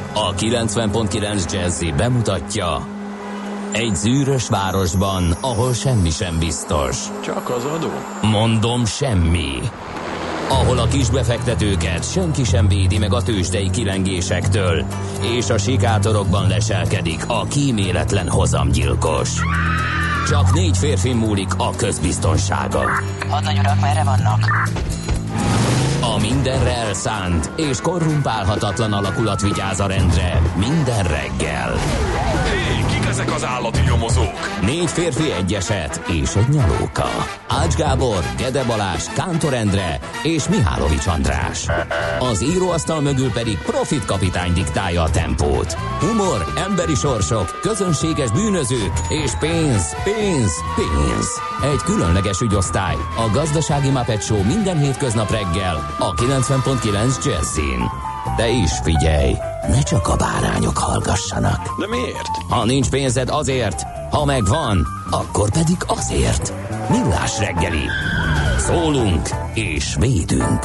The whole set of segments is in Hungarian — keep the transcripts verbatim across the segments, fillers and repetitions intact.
A kilencven pont kilenc Jazzy bemutatja: egy zűrös városban, ahol semmi sem biztos. Csak az adó? Mondom, semmi. Ahol a kisbefektetőket senki sem védi meg a tőzsdei kilengésektől, és a sikátorokban leselkedik a kíméletlen hozamgyilkos. Csak négy férfi múlik a közbiztonsága. Hadnagy urak, merre vannak? A mindenre elszánt és korrumpálhatatlan alakulat vigyáz a rendre minden reggel. Hé, kik ezek az állati nyomozók? Négy férfi, egy eset és egy nyalóka. Ács Gábor, Gede Balázs, Kántor Endre és Mihálovics András. Az íróasztal mögül pedig Profit kapitány diktálja a tempót. Humor, emberi sorsok, közönséges bűnözők és pénz, pénz, pénz. Egy különleges ügyosztály, a Gazdasági Muppet Show minden hétköznap reggel a kilencven pont kilenc Jazzyn. De is figyelj, ne csak a bárányok hallgassanak. De miért? Ha nincs pénzed, azért, ha megvan, akkor pedig azért. Millás reggeli. Szólunk és védünk.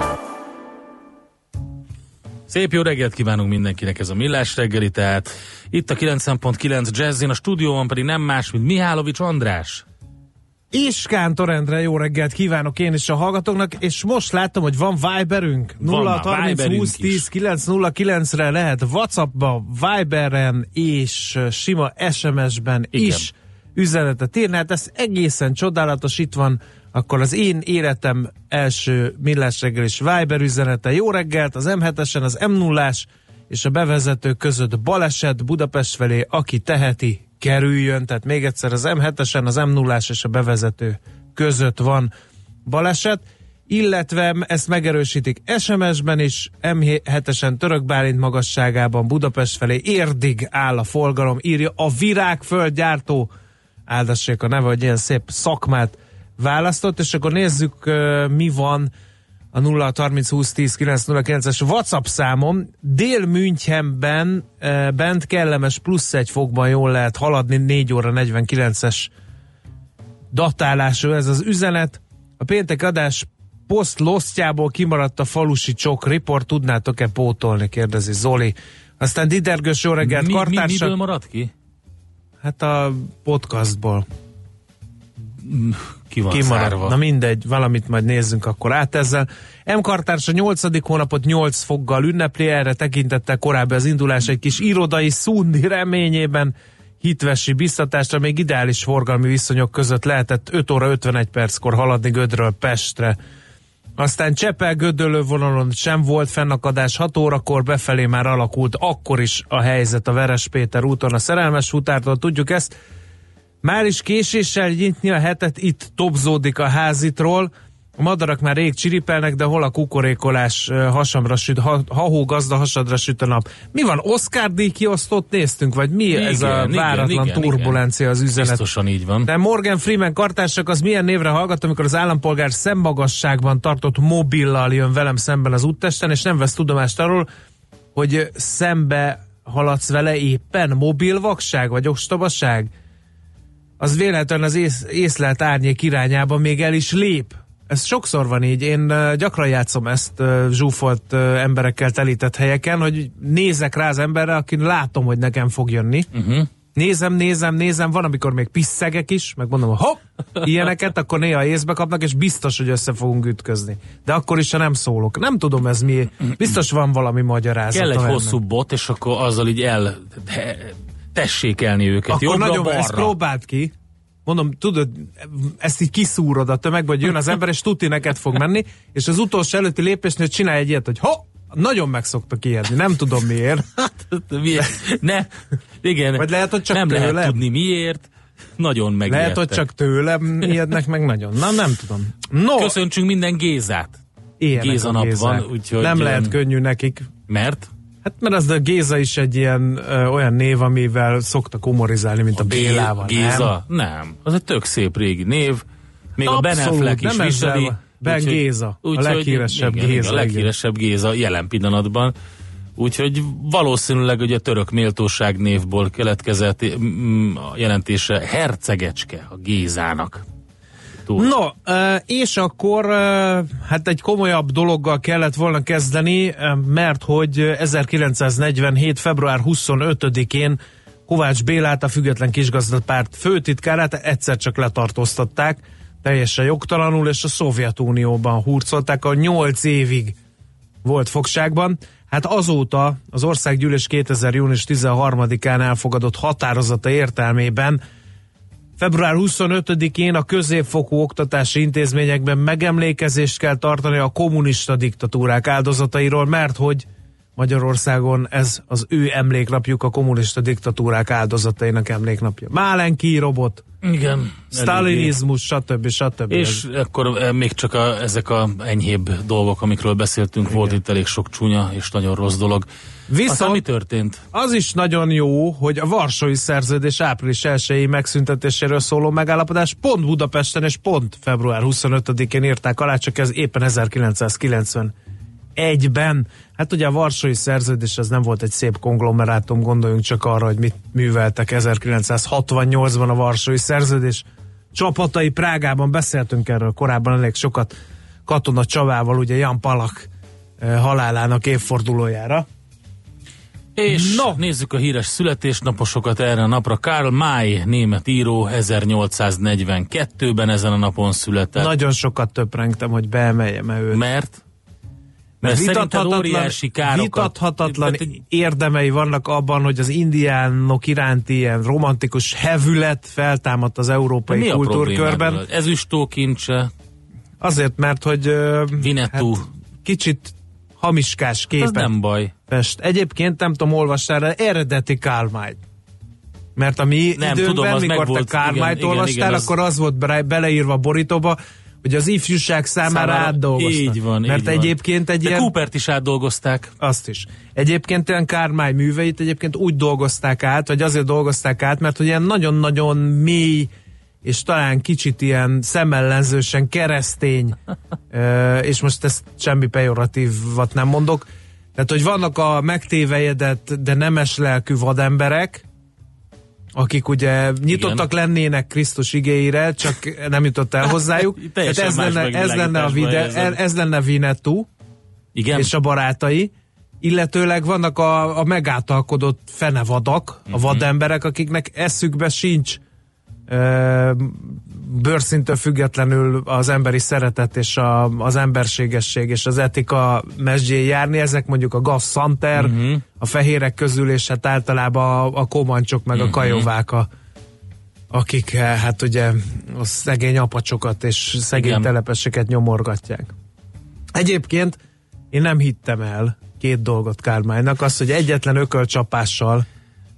Szép jó reggelt kívánunk mindenkinek, ez a Millás reggeli, tehát itt a kilencven pont kilenc Jazzyn, a stúdióban pedig nem más, mint Mihálovics András. És Kántor Endre, jó reggelt kívánok én is a hallgatóknak, és most láttam, hogy van Viberünk. nulla harminc húsz tíz kilenc nulla kilencre lehet WhatsAppba, Viberen és sima es em es-ben Igen. is üzenetet írni. Hát ez egészen csodálatos, itt van akkor az én életem első Millás reggelis Viber üzenete. Jó reggelt, az em hetesen az em nullás és a bevezető között baleset Budapest felé, aki teheti, kerüljön, tehát még egyszer az em hetesen, az em nullás és a bevezető között van baleset, illetve ezt megerősítik es em es-ben is, em hetesen Török Bálint magasságában Budapest felé érdig áll a forgalom, írja a Virágföld-gyártó, áldassék a neve, hogy ilyen szép szakmát választott, és akkor nézzük, uh, mi van a nulla harminc húsz tíz kilenc nulla kilences WhatsApp számom. Dél-Münchenben e, bent kellemes plusz egy fokban jól lehet haladni, négy óra negyvenkilences datálású ez az üzenet. A péntek adás posztlosztjából kimaradt a falusi csok riport, tudnátok-e pótolni, kérdezi Zoli. Aztán Didergős, jó reggelt, mi, kartársak. Mi, miből maradt ki? Hát a podcastból. Ki van Kimarad. zárva. Na mindegy, valamit majd nézzünk akkor át ezzel. M-kartárs a nyolcadik hónapot nyolc fokkal ünnepli, erre tekintettel korábbi az indulás egy kis irodai szundi reményében hitvesi biztatásra, még ideális forgalmi viszonyok között lehetett öt óra ötvenegy perckor haladni Gödről Pestre. Aztán Csepel-Gödöllő vonalon sem volt fennakadás, hat órakor befelé már alakult akkor is a helyzet a Veres Péter úton a Szerelmes futártól, tudjuk ezt. Már is késéssel nyitni a hetet, itt topzódik a házitról. A madarak már rég csiripelnek, de hol a kukorékolás, hasamra süt, ha, hahó gazda hasadra süt a nap. Mi van, Oscar-díj kiosztót néztünk, vagy mi igen, ez a igen, váratlan igen, turbulencia igen. az üzenet? Biztosan így van. De Morgan Freeman kartársak az milyen névre hallgat, amikor az állampolgár szemmagasságban tartott mobillal jön velem szemben az úttesten, és nem vesz tudomást arról, hogy szembe haladsz vele éppen? Mobilvakság vagy ostobaság? Az véletlenül az ész, észlelt árnyék irányába még el is lép. Ez sokszor van így. Én uh, gyakran játszom ezt uh, zsúfolt uh, emberekkel telített helyeken, hogy nézek rá az emberre, akin látom, hogy nekem fog jönni. Uh-huh. Nézem, nézem, nézem, van, amikor még pisszegek is, meg mondom, hopp, ilyeneket, akkor néha észbe kapnak, és biztos, hogy össze fogunk ütközni. De akkor is, ha nem szólok. Nem tudom, ez mi. Biztos van valami magyarázat. Kell egy ennek. hosszú bot, és akkor azzal így el... tessékelni őket. Akkor jobbra, nagyon, balra. ezt próbáld ki. Mondom, tudod, ezt így kiszúrod a tömegbe, hogy jön az ember, és tuti neked fog menni, és az utolsó előtti lépésnél csinálj egy ilyet, hogy ho, nagyon meg szoktak ijedni, nem tudom miért. miért? Ne, igen, vagy lehet, hogy csak nem tőlem. lehet tudni miért, nagyon megijedtek. Lehet, hogy csak tőlem ijednek meg nagyon. Na, nem tudom. No, köszöntsünk minden Gézát. Ilyenek Géza a nap Gézák. van, úgyhogy... Nem lehet könnyű nekik. Mert? Hát mert az a Géza is egy ilyen ö, olyan név, amivel szoktak humorizálni, mint a, a Bélával. Géza? Nem? nem. Az egy tök szép régi név. Még abszolút, a Ben Affleck is viseli. Ben úgy, Géza, úgy, a leghíresebb igen, Géza. Igen, a leghíresebb Géza jelen pillanatban. Úgyhogy valószínűleg ugye a török méltóság névból keletkezett a jelentése hercegecske a Gézának. túl. No, és akkor hát egy komolyabb dologgal kellett volna kezdeni, mert hogy ezerkilencszáznegyvenhét. február huszonötödikén Kovács Bélát, a Független Kisgazdapárt főtitkárát egyszer csak letartóztatták, teljesen jogtalanul, és a Szovjetunióban hurcolták, a nyolc évig volt fogságban. Hát azóta az Országgyűlés kétezer. június tizenharmadikán elfogadott határozata értelmében február huszonötödikén a középfokú oktatási intézményekben megemlékezést kell tartani a kommunista diktatúrák áldozatairól, mert hogy Magyarországon ez az ő emléknapjuk, a kommunista diktatúrák áldozatainak emléknapja. Málenki robot, igen, sztálinizmus, stb. stb. És ez. Akkor még csak a, ezek a enyhébb dolgok, amikről beszéltünk, igen. Volt itt elég sok csúnya és nagyon rossz dolog. Viszont aztán mi történt? Az is nagyon jó, hogy a Varsói Szerződés április elsejei megszüntetéséről szóló megállapodás pont Budapesten és pont február huszonötödikén írták alá, csak ez éppen ezerkilencszázkilencvenegyben. Hát ugye a Varsói Szerződés az nem volt egy szép konglomerátum, gondoljunk csak arra, hogy mit műveltek ezerkilencszázhatvannyolcban a Varsói Szerződés csapatai Prágában, beszéltünk erről korábban elég sokat Katona Csavával, ugye Jan Palach halálának évfordulójára. És no. Nézzük a híres születésnaposokat erre a napra. Karl May, német író, ezernyolcszáznegyvenkettőben ezen a napon született. Nagyon sokat töprengtem, hogy beemeljem őt. Mert? Mert szerinted óriási károkat... Vitathatatlan mert... érdemei vannak abban, hogy az indiánok iránti ilyen romantikus hevület feltámadt az európai kultúrkörben. Ezüstókincse. Azért, mert hogy Vinetú. Hát, kicsit hamiskás képet. Ez nem baj. Fest. Egyébként nem tudom, olvastál eredeti Karl May. Mert a mi nem, időben, tudom, mikor volt, te Karl May-t olvastál, igen, igen, akkor az volt beleírva a borítóba, hogy az ifjúság számára, számára átdolgoztak. Így van, mert így egyébként van. egy De ilyen... Coopert is átdolgozták. Azt is. Egyébként ilyen Karl May műveit egyébként úgy dolgozták át, vagy azért dolgozták át, mert hogy ilyen nagyon-nagyon mély, és talán kicsit ilyen szemellenzősen keresztény, és most ezt semmi pejoratívat nem mondok, tehát, hogy vannak a megtévejedett, de nemes lelkű vademberek, akik ugye nyitottak igen. lennének Krisztus igéire, csak nem jutott el hozzájuk. hát ez, lenne, ez, lenne a vide, ez lenne Vinetú igen. és a barátai, illetőleg vannak a, a megáltalkodott fenevadak, uh-huh. a vademberek, akiknek eszükbe sincs bőrszintől függetlenül az emberi szeretet és a, az emberségesség és az etika mesdjén járni, ezek mondjuk a Gas Santer, uh-huh. a fehérek közül, és hát általában a, a komancsok meg uh-huh. a kajovák, a, akik hát ugye a szegény apacsokat és szegény igen. telepeseket nyomorgatják. Egyébként én nem hittem el két dolgot Karl Maynak, azt, hogy egyetlen ökölcsapással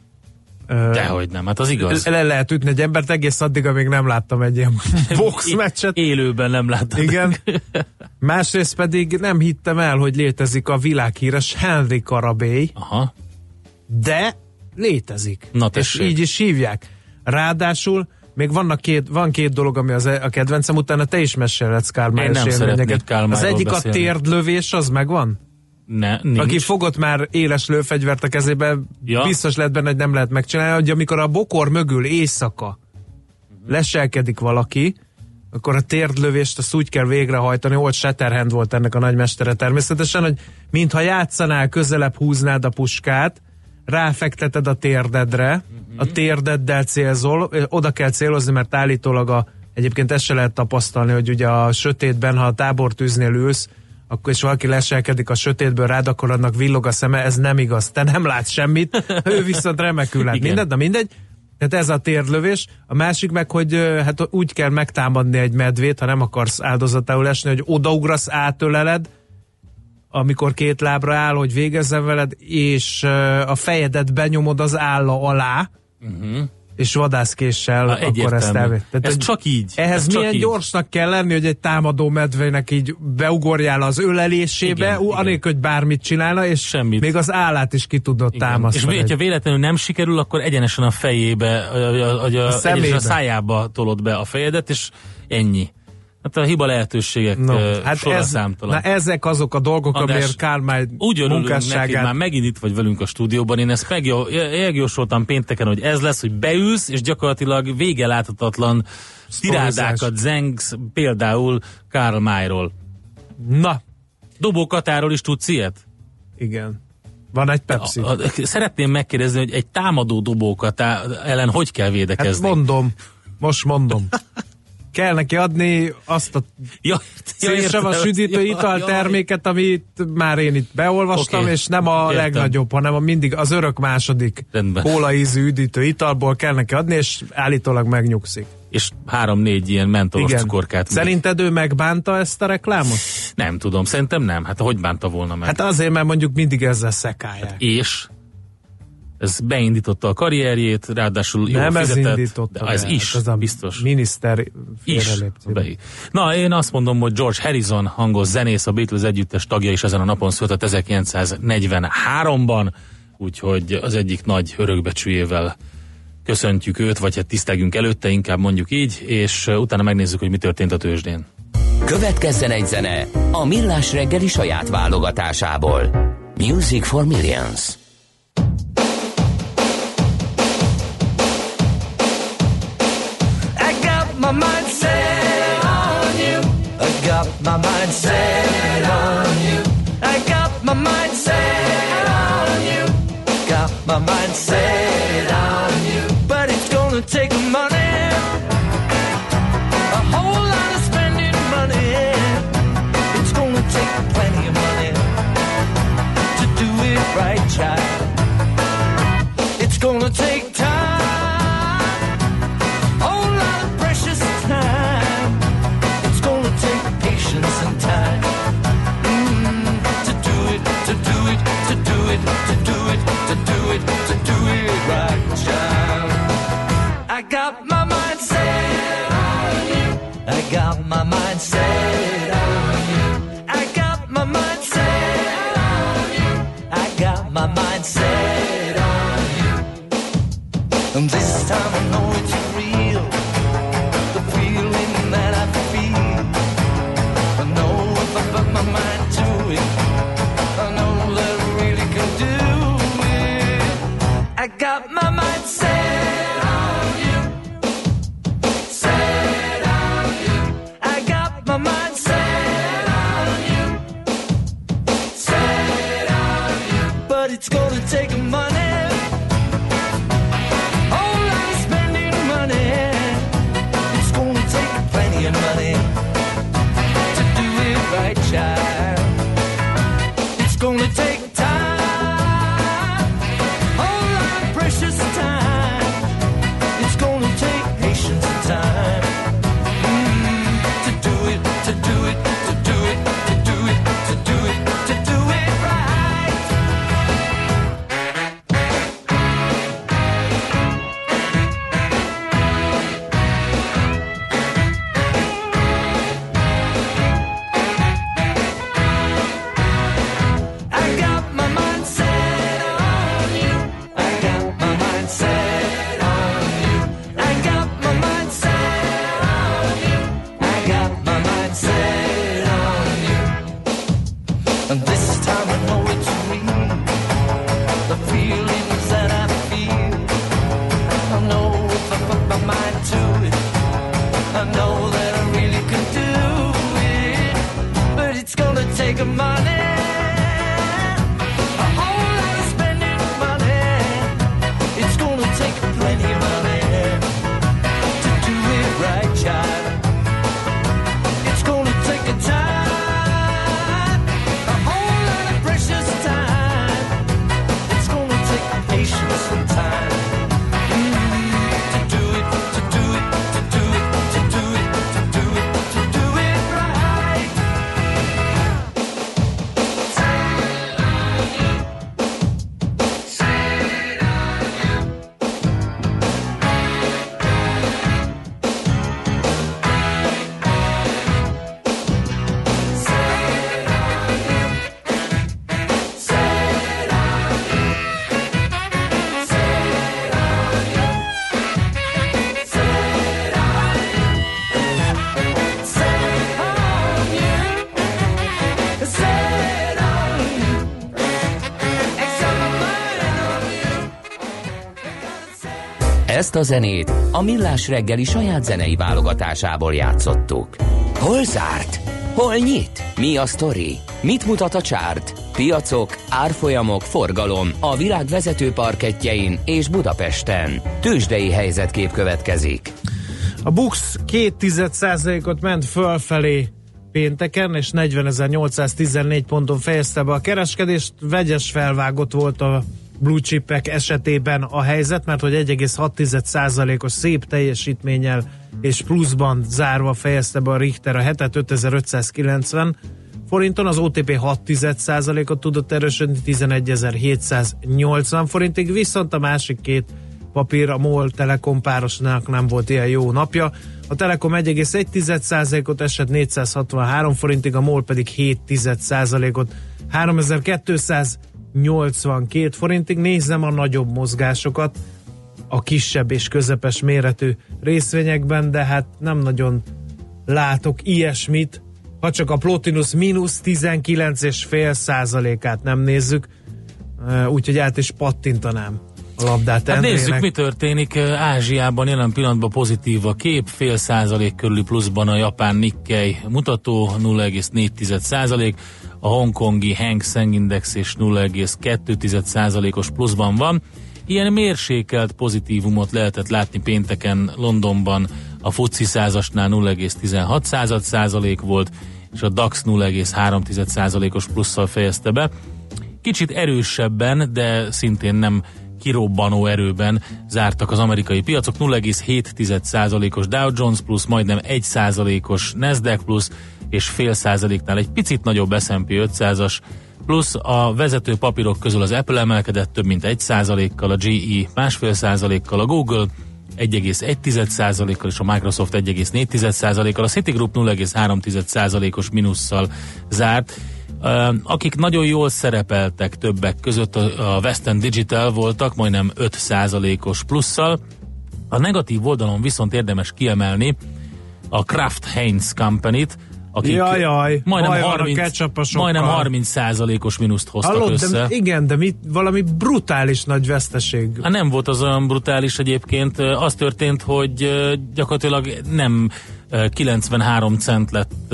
dehogy nem, hát az igaz. Le lehet ütni egy embert egész addig, amíg nem láttam egy ilyen boxmeccset. Élőben nem láttam. Igen. Másrészt pedig nem hittem el, hogy létezik a világhíres Henry Karabély. Aha. De létezik. Na, és így is hívják. Ráadásul még vannak két, van két dolog, ami az a kedvencem, utána te is mesélhetsz Karl May-os élményeket. Az egyik beszélni. A térdlövés, az megvan? Ne, nincs. Aki fogott már éles lőfegyvert a kezébe, ja. biztos lehet benne, hogy nem lehet megcsinálni, hogy amikor a bokor mögül éjszaka uh-huh. leselkedik valaki, akkor a térdlövést azt úgy kell végrehajtani, Old Shatterhand volt ennek a nagymestere természetesen, hogy mintha játszanál, közelebb húznád a puskát, ráfekteted a térdedre, uh-huh. a térdeddel célzol, oda kell célozni, mert állítólag a, egyébként ezt se lehet tapasztalni, hogy ugye a sötétben, ha a tábortűznél ülsz, akkor is valaki leselkedik a sötétből rád, akkor annak villog a szeme, ez nem igaz. Te nem látsz semmit, ő viszont remekül lát. Mindegy, de mindegy. Tehát ez a térdlövés. A másik meg, hogy hát úgy kell megtámadni egy medvét, ha nem akarsz áldozatául esni, hogy odaugrasz, átöleled, amikor két lábra áll, hogy végezzen veled, és a fejedet benyomod az álla alá, uh-huh. és vadászkéssel Na, akkor ezt elvét. Ez csak így. Ehhez ez milyen így. gyorsnak kell lenni, hogy egy támadó medvének így beugorjál az ölelésébe, igen, ú, anélkül, hogy bármit csinálna, és semmit. Még az állát is ki tudod igen. támasztani. És ha véletlenül nem sikerül, akkor egyenesen a fejébe, a, a, a, a, a, a szájába tolod be a fejedet, és ennyi. Hát a hiba lehetőségek no, uh, hát sora ez, számtalan. Na ezek azok a dolgok, András, amiért Kálmán úgy örülünk munkásságát... neki, már megint itt vagy velünk a stúdióban, én ezt megjósoltam pénteken, hogy ez lesz, hogy beülsz, és gyakorlatilag vége láthatatlan tirádákat zengsz, például Karl Mayról. Na. Dobó Katáról is tudsz ilyet? Igen. Van egy Pepsi. A, a, szeretném megkérdezni, hogy egy támadó Dobó Katá ellen hogy kell védekezni? Hát mondom. Most mondom. Kell neki adni azt a ja, szélsavas üdítő ja, italterméket, ja. amit már én itt beolvastam, okay. És nem a Értem. legnagyobb, hanem a mindig az örök második kólaízű üdítő italból kell neki adni, és állítólag megnyugszik. És három-négy ilyen mentolos cukorkát. Szerinted ő megbánta ezt a reklámot? Nem tudom, szerintem nem. Hát hogy bánta volna meg? Hát azért, mert mondjuk mindig ezzel szekálják. Hát és? Ez beindította a karrierjét, ráadásul jól nem fizetett. Ez indította. De ez be. is, hát ez a biztos. Miniszter is. Na, én azt mondom, hogy George Harrison, hangos zenész, a Beatles együttes tagja is ezen a napon született ezerkilencszáznegyvenháromban, úgyhogy az egyik nagy örökbecsüjével köszöntjük őt, vagy hát tisztelgünk előtte, inkább mondjuk így, és utána megnézzük, hogy mi történt a tőzsdén. Következzen egy zene a Millás reggeli saját válogatásából. Music for Millions. My mind set on you. I got my mind set on you. I got my mind set on you. Got my mind set on you. But it's gonna take money, a whole lot of spending money. It's gonna take plenty of money to do it right, child. It's gonna take time. And time mm, to do it, to do it, to do it, to do it, to do it, to do it right, child. I got my mind set on you. I got my mind set on you. I got my mind set on you. I got my mind set on you. And this time I know it's real. The feeling that I feel. Put my mind to it. I know that I really can do it. I got my mind set on you. Set on you. I got my mind set on you. Set on you. But it's gonna take money. Whole lot of spending money. It's gonna take plenty of money. Right, child. It's gonna take time, whole lot of precious time. It's gonna take patience and time mm, to do it, to do it, to do it, to do it, to do it, to do it right. And this time I know it's real. The feelings that I feel. I know if I put my mind to it, I know that I really can do it. But it's gonna take money, a whole lot of spending money. It's gonna take plenty of money to do it right, child. It's gonna take a time. Ezt a zenét a Millás reggeli saját zenei válogatásából játszottuk. Hol zárt? Hol nyit? Mi a sztori? Mit mutat a csárt? Piacok, árfolyamok, forgalom a világ vezető parkettjein és Budapesten. Tőzsdei helyzetkép következik. A BUX két tized százalékot ment fölfelé pénteken, és negyvenezer-nyolcszáztizennégy ponton fejezte be a kereskedést. Vegyes felvágott volt a blue chipek esetében a helyzet, mert hogy egy egész hat tized százalékos szép teljesítménnyel és pluszban zárva fejezte be a Richter a hetet ötezer-ötszázkilencven forinton, az o té pé hat tized százalékot tudott erősödni tizenegyezer-hétszáznyolcvan forintig, viszont a másik két papír, a MOL Telekom párosnak nem volt ilyen jó napja. A Telekom egy egész egy tized százalékot esett négyszázhatvanhárom forintig, a MOL pedig hét tized százalékot háromezer-kétszáznyolcvankét forintig. Nézzem a nagyobb mozgásokat a kisebb és közepes méretű részvényekben, de hát nem nagyon látok ilyesmit, ha csak a Plotinus mínusz tizenkilenc egész öt százalékát nem nézzük, úgyhogy át is pattintanám a labdát. Hát nézzük, mi történik. Ázsiában jelen pillanatban pozitív a kép, fél százalék körüli pluszban a japán Nikkei mutató, nulla egész négy tized százalék, a hongkongi Hang Seng Index és nulla egész kettő tized százalékos pluszban van. Ilyen mérsékelt pozitívumot lehetett látni pénteken Londonban, a FTSE százasnál nulla egész tizenhat százalék volt, és a DAX nulla egész három tized százalékos plusszal fejezte be. Kicsit erősebben, de szintén nem kirobbanó erőben zártak az amerikai piacok, nulla egész hét tized százalékos Dow Jones plusz, majdnem egy százalékos Nasdaq plusz, és fél százaléknál egy picit nagyobb es and pé ötszázas plusz. A vezető papírok közül az Apple emelkedett több mint egy százalékkal, a gé é másfél százalékkal, a Google egy egész egy tized százalékkal és a Microsoft egy egész négy tized százalékkal, a Citigroup nulla egész három tized százalékos mínusszal zárt. Akik nagyon jól szerepeltek többek között a Western Digital voltak, majdnem öt százalékos plusszal. A negatív oldalon viszont érdemes kiemelni a Kraft Heinz Company-t, akik Jajaj, majdnem, harminc, majdnem harminc százalékos mínuszt hoztak Hallod, össze. De igen, de mit, valami brutális nagy veszteség. Hát nem volt az olyan brutális egyébként. Az történt, hogy gyakorlatilag nem kilencvenhárom cent lett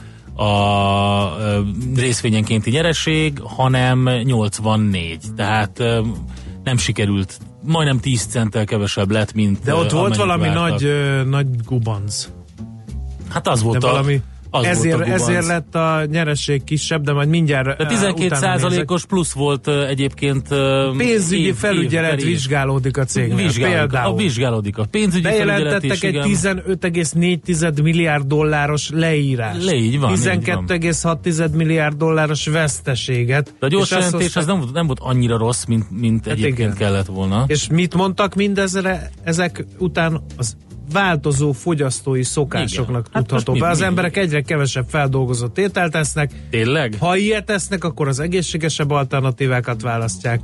a részvényenkénti nyereség, hanem nyolcvannégy. Tehát nem sikerült. Majdnem tíz centtel kevesebb lett, mint de ott volt valami nagy, ö, nagy gubanc. Hát az volt de a... valami Az ezért, ezért lett a nyereség kisebb, de majd mindjárt de tizenkét százalékos plusz volt uh, egyébként uh, pénzügyi év, felügyelet év, vizsgálódik a cégnél. Vizsgálódik, a vizsgálódik a pénzügyi felügyelet is. Bejelentettek egy tizenöt egész négy tized milliárd dolláros leírás. Le, így van, tizenkét egész hat tized milliárd dolláros veszteséget. De a gyors jelentés az nem, nem volt annyira rossz, mint, mint hát egyébként igen. kellett volna. És mit mondtak mindezre ezek után? Az változó fogyasztói szokásoknak igen. tudható hát be. Az mi, emberek mi? egyre kevesebb feldolgozott ételt esznek. Tényleg? Ha ilyet esznek, akkor az egészségesebb alternatívákat választják.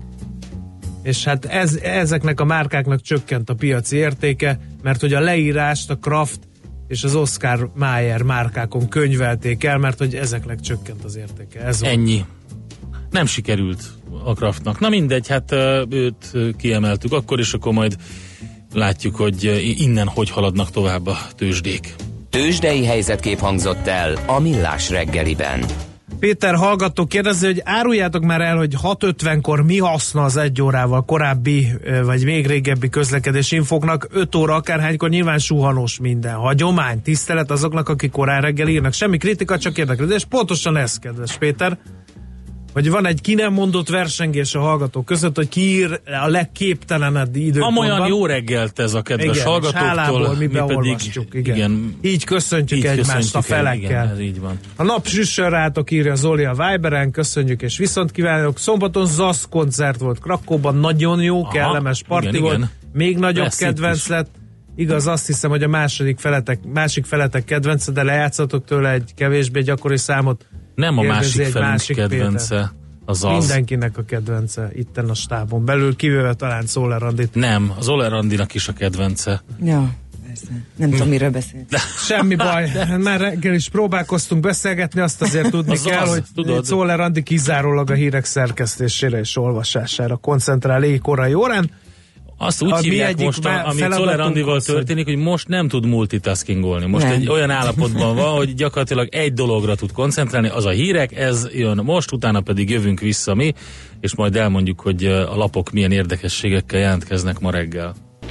És hát ez, ezeknek a márkáknak csökkent a piaci értéke, mert hogy a leírást a Kraft és az Oscar Mayer márkákon könyvelték el, mert hogy ezeknek csökkent az értéke. Ez Ennyi. Volt. Nem sikerült a Kraftnak. Na mindegy, hát őt kiemeltük akkor, és akkor majd látjuk, hogy innen hogy haladnak tovább a tőzsdék. Tőzsdei helyzetkép hangzott el a Millás reggeliben. Péter hallgató kérdezi, hogy áruljátok már el, hogy hat ötvenkor mi haszna az egy órával korábbi, vagy még régebbi közlekedési infoknak, öt óra akárhánykor nyilván suhanós minden. Hagyomány, tisztelet azoknak, akik korán reggel írnak. Semmi kritika, csak érdeklődés. Pontosan ez, kedves Péter, hogy van egy ki nem mondott versengés a hallgatók között, hogy ki ír a legképtelenebb időpontban. Amolyan jó reggelt ez a kedves igen, hallgatóktól. Hálából mi beolvasztjuk. Igen. Igen. Így köszöntjük így egymást köszöntjük a felekkel. El, igen, így van. A nap süssön rátok, írja Zoli a Viberen, köszönjük és viszont kívánok. Szombaton Zasz koncert volt Krakkóban, nagyon jó, aha, kellemes parti igen, volt. Igen. Még nagyobb lesz kedvenc lett. Igaz, azt hiszem, hogy a második feletek, másik feletek kedvence, de lejátszatok tőle egy kevésbé gyakori számot. Nem a másik felünk másik kedvence, Péter. Az az. Mindenkinek a kedvence itten a stábon belül, kivéve talán Szóler Andit. Nem, az Oler Andinak is a kedvence. Ja, persze. Nem tudom, miről beszélt. Semmi baj, már reggel is próbálkoztunk beszélgetni, azt azért tudni az kell, az, hogy Szóler Andi kizárólag a hírek szerkesztésére és olvasására koncentrál éjkorai órán. Azt úgy A mi hívják egyik most, fe- ami feladatunk Czoller Andival az, hogy- történik, hogy most nem tud multitaskingolni. Most Nem. egy olyan állapotban van, hogy gyakorlatilag egy dologra tud koncentrálni, az a hírek, ez jön most, utána pedig jövünk vissza mi, és majd elmondjuk, hogy a lapok milyen érdekességekkel jelentkeznek ma reggel.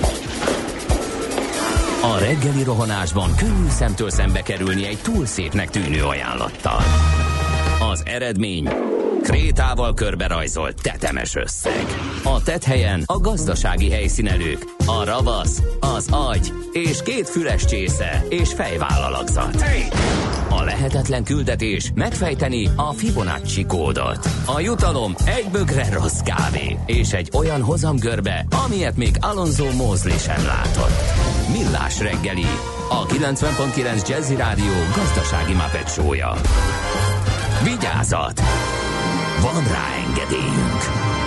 A reggeli rohanásban könnyű szemtől szembe kerülni egy túl szépnek tűnő ajánlattal. Az eredmény krétával körberajzolt tetemes összeg. A tetthelyen a gazdasági helyszínelők, a ravasz, az agy és két füles csésze és fejvállalakzat. A lehetetlen küldetés megfejteni a Fibonacci kódot. A jutalom egy bögre rossz kávé és egy olyan hozamgörbe, amilyet még Alonso Mosley sem látott. Millás reggeli, a kilencven pont kilenc Jazzy Rádió gazdasági Muppet show-ja. Vigyázat! Van rá engedélyünk!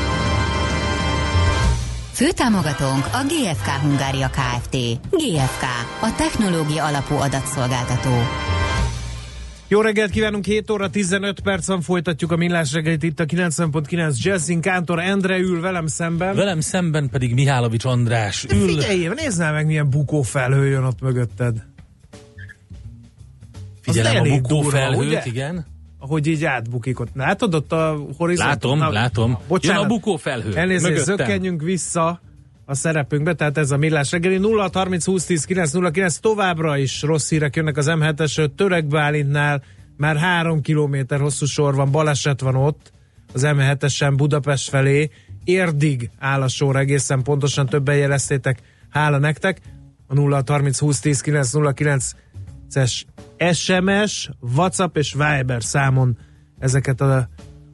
Főtámogatónk a gé ef ká Hungária Kft. gé ef ká, a technológia alapú adatszolgáltató. Jó reggelt kívánunk, hét óra tizenöt percen folytatjuk a Millás reggelit itt a kilencven pont kilenc Jazzin. Kántor Endre ül velem szemben. Velem szemben pedig Mihálovics András ül. Figyelj, nézd meg, milyen bukófelhő jön ott mögötted. Figyelem a elég bukófelhőt, durva, ugye? igen. Ahogy így átbukik ott. Látod ott a horizont? Látom, Na, látom. Bocsánat. Jön a bukófelhő. Elnézést, mögöttem. zökkenjünk vissza a szerepünkbe, tehát ez a Millás reggeli. Nulla harminc húsz tíz kilenc nulla kilenc. Továbbra is rossz hírek jönnek az em hetes-ről. Török Bálintnál már három kilométer hosszú sor van, baleset van ott az em hetesen Budapest felé. Érdig áll a sor, egészen pontosan, többen jeleztétek, hála nektek. A nulla harminc húsz tíz kilenc nulla kilences es em es, WhatsApp és Viber számon ezeket a,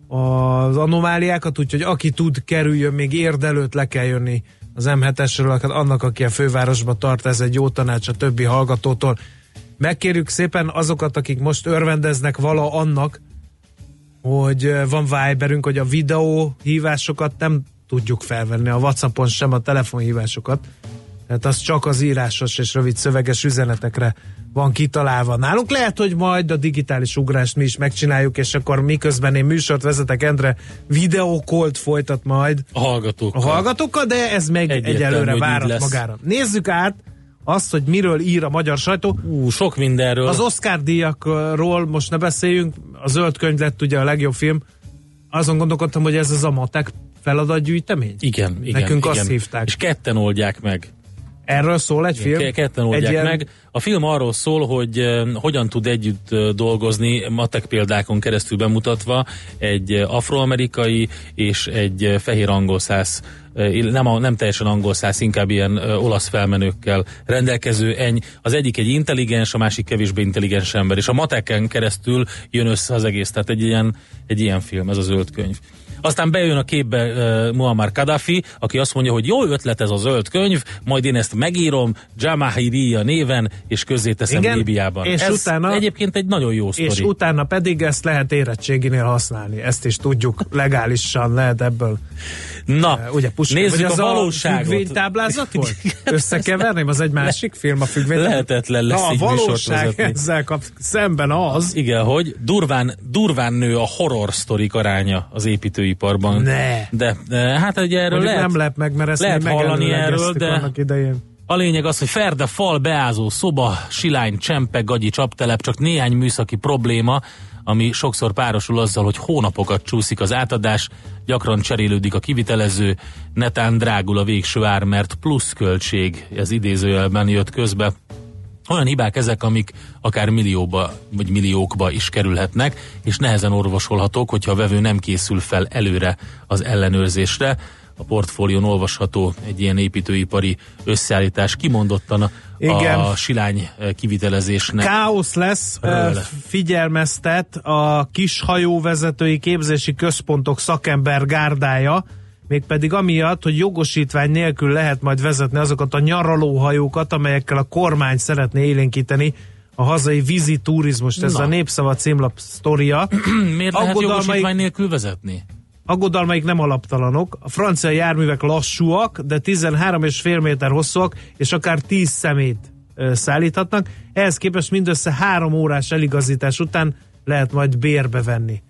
az anomáliákat, úgyhogy aki tud, kerüljön, még érd előtt le kell jönni az em hetesről, annak, aki a fővárosba tart, ez egy jó tanács a többi hallgatótól. Megkérjük szépen azokat, akik most örvendeznek vala annak, hogy van Viberünk, hogy a videóhívásokat nem tudjuk felvenni, a WhatsAppon sem a telefonhívásokat, tehát az csak az írásos és rövid szöveges üzenetekre van kitalálva. Nálunk lehet, hogy majd a digitális ugrást mi is megcsináljuk, és akkor miközben én műsort vezetek, Endre videókolt folytat majd A hallgatókkal. a hallgatókkal, de ez meg Egyértelmű, egyelőre hogy így várat lesz. magára. Nézzük át azt, hogy miről ír a magyar sajtó. Ú, sok mindenről. Az Oscar díjakról most ne beszéljünk, a Zöld könyv lett ugye a legjobb film. Azon gondolkodtam, hogy ez az a matek feladatgyűjtemény? Igen, igen. Nekünk igen. azt hívták. És ketten oldják meg. Erről szól egy film? Ke- Ketten oldják ilyen... meg. A film arról szól, hogy uh, hogyan tud együtt uh, dolgozni, matek példákon keresztül bemutatva egy uh, afroamerikai és egy uh, fehér angolszász, uh, nem, a, nem teljesen angolszász, inkább ilyen uh, olasz felmenőkkel rendelkező eny. Az egyik egy intelligens, a másik kevésbé intelligens ember, és a mateken keresztül jön össze az egész, tehát egy ilyen, egy ilyen film, ez a Zöld könyv. Aztán bejön a képbe uh, Muammar Kadhafi, aki azt mondja, hogy jó ötlet ez a Zöld könyv, majd én ezt megírom Jamahiriya néven, és közzéteszem Igen, médiában. és ez utána, egyébként egy nagyon jó sztori. És utána pedig ezt lehet érettséginél használni. Ezt is tudjuk, legálisan lehet ebből. Na, Uh, ugye Puskás, nézzük az a valóságot. A függvénytáblázat volt? Összekeverném, az egy másik film, a függvénytáblázat. Lehetetlen lesz Na, a így műsort valóság vezetni. ezzel kap, szemben az. Igen, hogy durván, durván nő a horror sztorik aránya az építőiparban. Ne. De, de hát ugye erről Mondjuk lehet, nem lep meg, mert ezt lehet mi hallani erről, de annak idején. a lényeg az, hogy ferde, fal, beázó, szoba, silány, csempe, gagyi, csaptelep, csak néhány műszaki probléma, ami sokszor párosul azzal, hogy hónapokat csúszik az átadás, gyakran cserélődik a kivitelező, netán drágul a végső ár, mert pluszköltség, ez idézőjelben jött közbe. Olyan hibák ezek, amik akár millióba vagy milliókba is kerülhetnek, és nehezen orvosolhatók, hogyha a vevő nem készül fel előre az ellenőrzésre. A portfólión olvasható egy ilyen építőipari összeállítás, kimondottan a, a silány kivitelezésnek. Káosz lesz, Röle. figyelmeztet a kishajóvezetői képzési központok szakember gárdája, mégpedig amiatt, hogy jogosítvány nélkül lehet majd vezetni azokat a nyaralóhajókat, amelyekkel a kormány szeretné élénkíteni a hazai vízi turizmust. Ez Na. a Népszava címlap sztoria. Miért lehet jogosítvány nélkül vezetni? Aggodalmaik nem alaptalanok. A francia járművek lassúak, de tizenhárom és fél méter hosszúak, és akár tíz szemét ö, szállíthatnak. Ehhez képest mindössze három órás eligazítás után lehet majd bérbe venni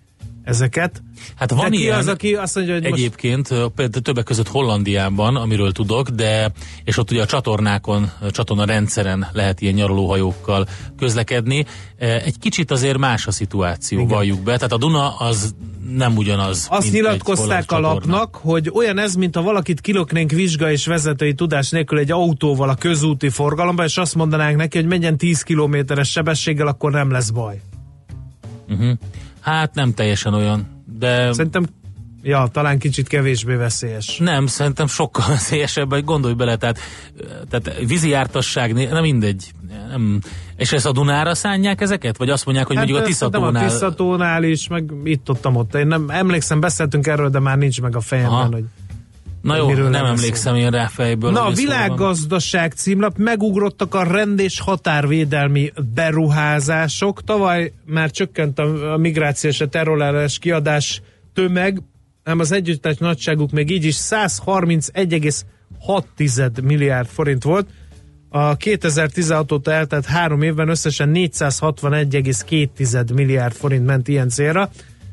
ezeket. Hát van de ki ilyen, az, aki azt mondja, hogy egyébként most... például többek között Hollandiában, amiről tudok, de és ott ugye a csatornákon, a csatorna rendszeren lehet ilyen nyaralóhajókkal közlekedni. Egy kicsit azért más a szituáció, igen. Valljuk be, tehát a Duna az nem ugyanaz. Azt nyilatkozták a lapnak, hogy olyan ez, mint ha valakit kilöknénk vizsga és vezetői tudás nélkül egy autóval a közúti forgalomba, és azt mondanánk neki, hogy menjen tíz kilométeres sebességgel, akkor nem lesz baj. Uh-huh. Hát nem teljesen olyan, de... Szerintem, ja, talán kicsit kevésbé veszélyes. Nem, szerintem sokkal veszélyesebb, hogy gondolj bele, tehát, tehát vízijártasság, nem mindegy. Nem. És ezt a Dunára szánják ezeket? Vagy azt mondják, hogy hát mondjuk a Tiszatónál... a Tiszatónál is, meg itt-ottam ott. Én nem emlékszem, beszéltünk erről, de már nincs meg a fejemben, Aha. hogy... Na jó, nem nem emlékszem én rá fejből. Na, a világgazdaság címlap, megugrottak a rend és határvédelmi beruházások. Tavaly már csökkent a, a migráció és a terrorellenes kiadás tömeg, ám az együttes nagyságuk még így is száz harmincegy egész hat milliárd forint volt. A kétezer-tizenhat óta eltelt három évben összesen négyszázhatvanegy egész két milliárd forint ment ilyen célra.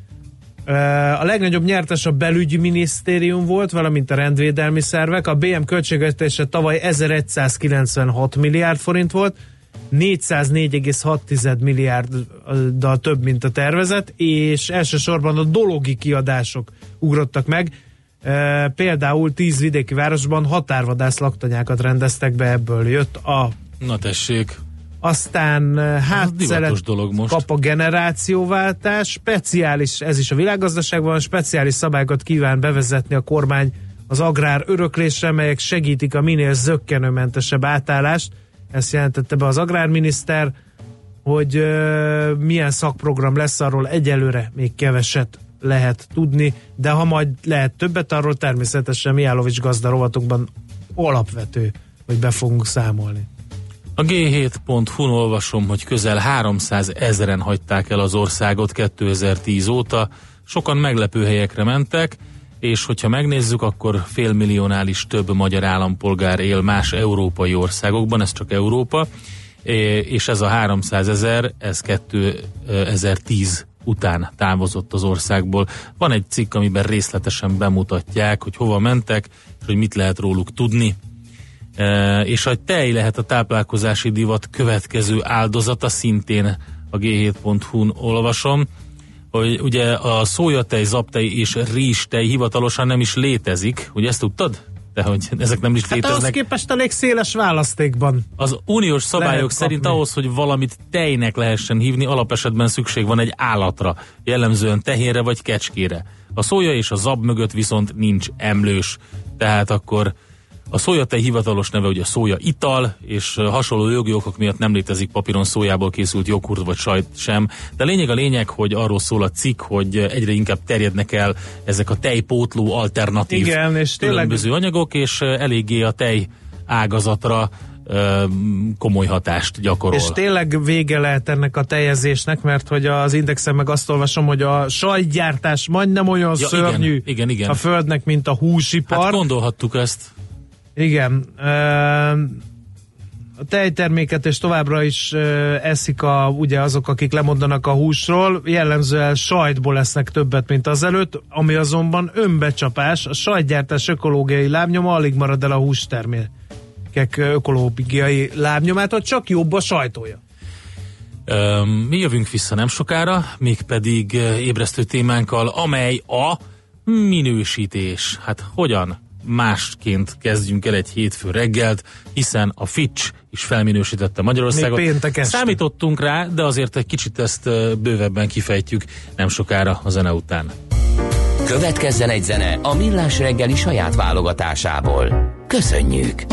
A legnagyobb nyertes a belügyminisztérium volt, valamint a rendvédelmi szervek. A bé em költségvetése tavaly ezerszázkilencvenhat milliárd forint volt, négyszáznégy egész hat milliárddal több, mint a tervezet, és elsősorban a dologi kiadások ugrottak meg. Például tíz vidéki városban határvadász laktanyákat rendeztek be, ebből jött a... Na tessék! Aztán hátszelet kap a generációváltás, speciális, ez is a világgazdaságban, speciális szabályokat kíván bevezetni a kormány az agrár öröklésre, melyek segítik a minél zökkenőmentesebb átállást. Ezt jelentette be az agrárminiszter, hogy uh, milyen szakprogram lesz, arról egyelőre még keveset lehet tudni, de ha majd lehet többet, arról természetesen Mihálovics gazda rovatunkban alapvető, hogy be fogunk számolni. A gé hét pont hu-n olvasom, hogy közel háromszázezren hagyták el az országot kétezer-tíz óta, sokan meglepő helyekre mentek, és hogyha megnézzük, akkor félmilliónál is több magyar állampolgár él más európai országokban, ez csak Európa, és ez a háromszázezer, ez kétezer-tíz után távozott az országból. Van egy cikk, amiben részletesen bemutatják, hogy hova mentek, és hogy mit lehet róluk tudni. Uh, és a tej lehet a táplálkozási divat következő áldozata, szintén a gé hét pont hu-n olvasom, hogy ugye a szójatej, zaptej és rizstej hivatalosan nem is létezik, ugye ezt tudtad? De hogy ezek nem is hát léteznek. Hát ahhoz képest elég széles választékban. Az uniós szabályok szerint ahhoz, hogy valamit tejnek lehessen hívni, alapesetben szükség van egy állatra, jellemzően tehérre vagy kecskére. A szója és a zab mögött viszont nincs emlős, tehát akkor a szójatej hivatalos neve ugye szója ital, és hasonló jogi okok miatt nem létezik papíron szójából készült joghurt vagy sajt sem. De lényeg a lényeg, hogy arról szól a cikk, hogy egyre inkább terjednek el ezek a tejpótló alternatív Igen, és különböző tényleg... anyagok, és eléggé a tej ágazatra komoly hatást gyakorol. És tényleg vége lehet ennek a tejezésnek, mert hogy az Indexen meg azt olvasom, hogy a sajtgyártás majdnem olyan ja, szörnyű igen, igen, igen. a földnek, mint a húsipar. Hát gondolhattuk ezt. Igen. A tejterméket és továbbra is eszik a, ugye azok, akik lemondanak a húsról, jellemzően sajtból lesznek többet, mint azelőtt, ami azonban önbecsapás. A sajtgyártás ökológiai lábnyoma alig marad el a hústermékek ökológiai lábnyomától, csak jobb a sajtója. Mi jövünk vissza nem sokára, mégpedig ébresztő témánkkal, amely a minősítés. Hát hogyan? Másként kezdjünk el egy hétfő reggelt, hiszen a Fitch is felminősítette Magyarországot. Még péntek este. Számítottunk rá, de azért egy kicsit ezt bővebben kifejtjük nem sokára a zene után. Következzen egy zene a Millás reggeli saját válogatásából. Köszönjük!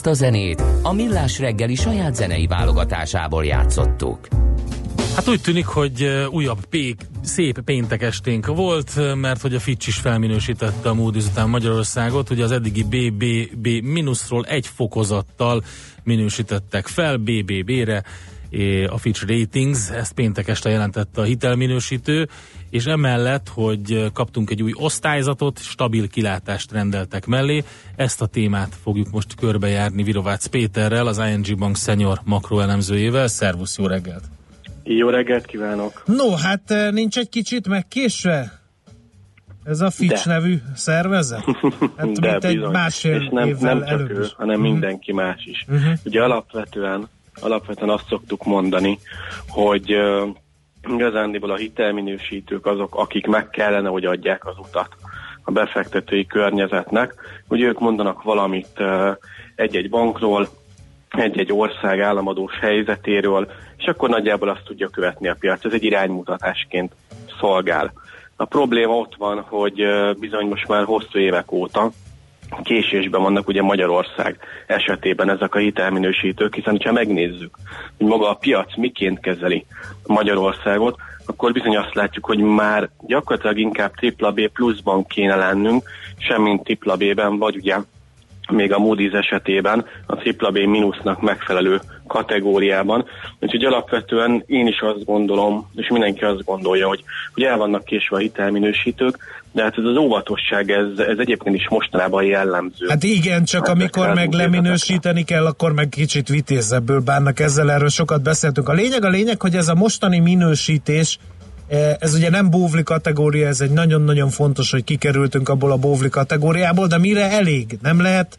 Ezt a zenét a Millás reggeli saját zenei válogatásából játszottuk. Hát úgy tűnik, hogy újabb pék, szép péntek esténk volt, mert hogy a Fitch is felminősítette a Moody's után Magyarországot, ugye az eddigi bé bé bé mínuszról egy fokozattal minősítettek fel bé bé bé-re, a Fitch Ratings, ezt péntek este jelentette a hitelminősítő, és emellett, hogy kaptunk egy új osztályzatot, stabil kilátást rendeltek mellé. Ezt a témát fogjuk most körbejárni Virovácz Péterrel, az i en gé Bank senior makroelemzőjével. Szervusz, jó reggelt! Jó reggelt kívánok! No, hát nincs egy kicsit megkésve ez a Fitch De. nevű szervezet? Hát De, mint egy bizony. másfél És nem, évvel nem csak előbb ő, is. hanem uh-huh. mindenki más is. Uh-huh. Ugye alapvetően, alapvetően azt szoktuk mondani, hogy uh, igazándiból a hitelminősítők azok, akik meg kellene, hogy adják az utat a befektetői környezetnek. Ugye ők mondanak valamit uh, egy-egy bankról, egy-egy ország államadós helyzetéről, és akkor nagyjából azt tudja követni a piac. Ez egy iránymutatásként szolgál. A probléma ott van, hogy bizony most már hosszú évek óta késésben vannak ugye Magyarország esetében ezek a hitelminősítők, hiszen ha megnézzük, hogy maga a piac miként kezeli Magyarországot, akkor bizony azt látjuk, hogy már gyakorlatilag inkább tripla B pluszban kéne lennünk, semmint tripla B-ben, vagy ugye még a Moody's esetében a tripla B mínusznak megfelelő kategóriában. Úgyhogy alapvetően én is azt gondolom, és mindenki azt gondolja, hogy, hogy el vannak késve a hitelminősítők, de hát ez az óvatosság, ez, ez egyébként is mostanában jellemző. Hát igen, csak hát amikor meg leminősíteni kell, akkor meg kicsit vitézebből bánnak ezzel, erről sokat beszéltünk. A lényeg a lényeg, hogy ez a mostani minősítés, ez ugye nem bóvli kategória, ez egy nagyon-nagyon fontos, hogy kikerültünk abból a bóvli kategóriából, de mire elég? Nem lehet,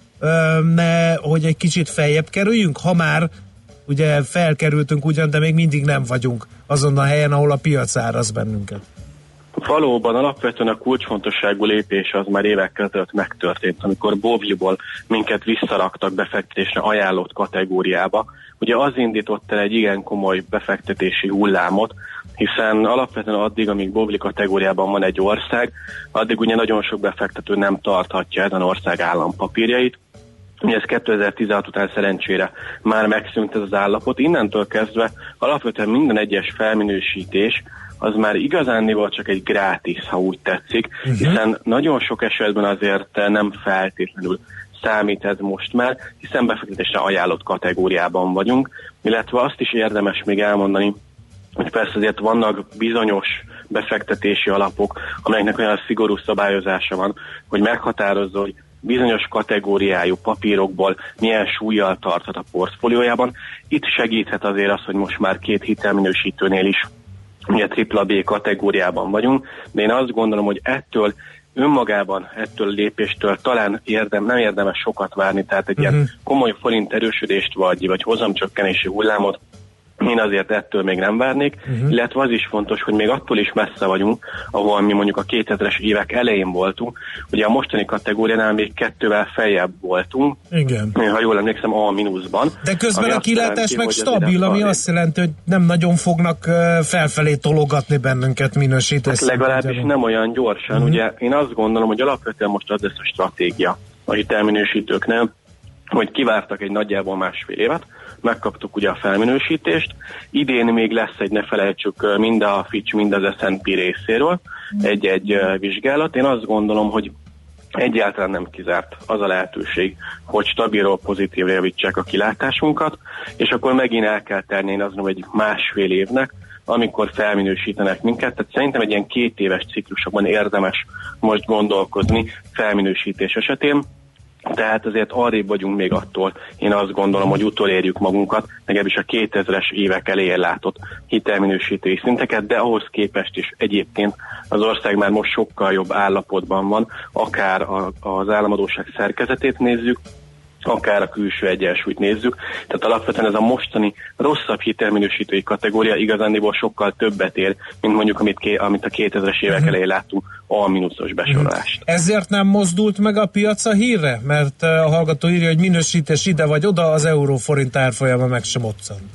ne, hogy egy kicsit feljebb kerüljünk, ha már ugye felkerültünk ugyan, de még mindig nem vagyunk azon a helyen, ahol a piac áraz bennünket. Valóban alapvetően a kulcsfontosságú lépés az már évekkel ezelőtt megtörtént, amikor bóvliból minket visszaraktak befektetésre ajánlott kategóriába. Ugye az indított el egy igen komoly befektetési hullámot, hiszen alapvetően addig, amíg bóvli kategóriában van egy ország, addig ugye nagyon sok befektető nem tarthatja ezen ország állampapírjait. Ugye ez kétezer-tizenhat után szerencsére már megszűnt ez az állapot. Innentől kezdve alapvetően minden egyes felminősítés az már igazándiból csak egy grátis, ha úgy tetszik, uh-huh. hiszen nagyon sok esetben azért nem feltétlenül számít ez most már, hiszen befektetésre ajánlott kategóriában vagyunk, illetve azt is érdemes még elmondani, hogy persze azért vannak bizonyos befektetési alapok, amelyeknek olyan szigorú szabályozása van, hogy meghatározza, hogy bizonyos kategóriájú papírokból milyen súllyal tarthat a portfóliójában. Itt segíthet azért az, hogy most már két hitelminősítőnél is ugye tripla B kategóriában vagyunk, de én azt gondolom, hogy ettől önmagában, ettől a lépéstől talán érdem, nem érdemes sokat várni, tehát egy uh-huh. ilyen komoly forint erősödést vagy, vagy hozamcsökkenési hullámot én azért ettől még nem várnék, uh-huh. illetve az is fontos, hogy még attól is messze vagyunk, ahol mi mondjuk a kétezres évek elején voltunk, ugye a mostani kategóriánál még kettővel feljebb voltunk, igen. ha jól emlékszem, A mínuszban. De közben a kilátás meg stabil, ami azt jelenti, hogy nem nagyon fognak felfelé tologatni bennünket minősítés. Hát legalábbis nem olyan gyorsan, uh-huh. ugye én azt gondolom, hogy alapvetően most az lesz a stratégia a hitelminősítőknél, hogy kivártak egy nagyjából másfél évet, megkaptuk ugye a felminősítést, idén még lesz egy, ne felejtsük, mind a Fitch, mind az es and pé részéről egy-egy vizsgálat. Én azt gondolom, hogy egyáltalán nem kizárt az a lehetőség, hogy stabilról pozitívra javítsák a kilátásunkat, és akkor megint el kell tenni, én azt mondom, egy másfél évnek, amikor felminősítenek minket, tehát szerintem egy ilyen két éves ciklusokban érdemes most gondolkozni felminősítés esetén. Tehát azért arrébb vagyunk még attól, én azt gondolom, hogy utolérjük magunkat, legalábbis a kétezres évek elején látott hitelminősítői szinteket, de ahhoz képest is egyébként az ország már most sokkal jobb állapotban van, akár a, az államadósság szerkezetét nézzük, akár a külső egyensúlyt nézzük. Tehát alapvetően ez a mostani rosszabb hitelminősítői kategória igazándiból sokkal többet ér, mint mondjuk amit, ké, amit a kétezres évek uh-huh. elején láttunk, A mínuszos besorolást. Uh-huh. Ezért nem mozdult meg a piac a hírre? Mert a hallgató írja, hogy minősítés ide vagy oda, az euró-forint árfolyama meg sem moccan.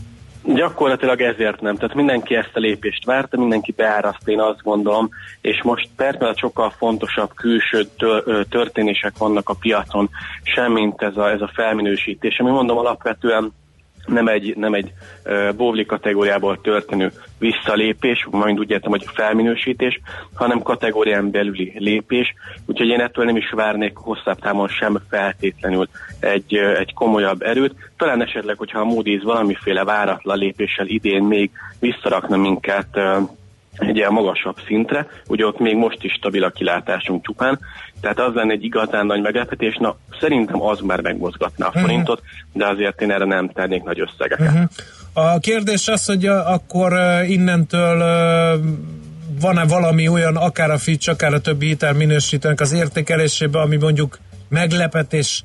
Gyakorlatilag ezért nem. Tehát mindenki ezt a lépést várta, mindenki beáraszt, én azt gondolom, és most persze sokkal fontosabb külső történések vannak a piacon, semmint ez a, ez a felminősítés. Ami mondom, alapvetően nem egy, nem egy uh, bóvli kategóriából történő visszalépés, majd úgy értem, hogy felminősítés, hanem kategórián belüli lépés, úgyhogy én ettől nem is várnék hosszabb távon sem feltétlenül egy, uh, egy komolyabb erőt. Talán esetleg, hogyha a Moody's valamiféle váratlan lépéssel idén még visszarakna minket uh, egy ilyen magasabb szintre, ugye ott még most is stabil a kilátásunk csupán, tehát az lenne egy igazán nagy meglepetés, na szerintem az már megmozgatná a forintot, de azért én erre nem tennék nagy összegeket. Uh-huh. A kérdés az, hogy a, akkor uh, innentől uh, van-e valami olyan, akár a Fitch, akár a többi hitelminősítőnek az értékelésében, ami mondjuk meglepetés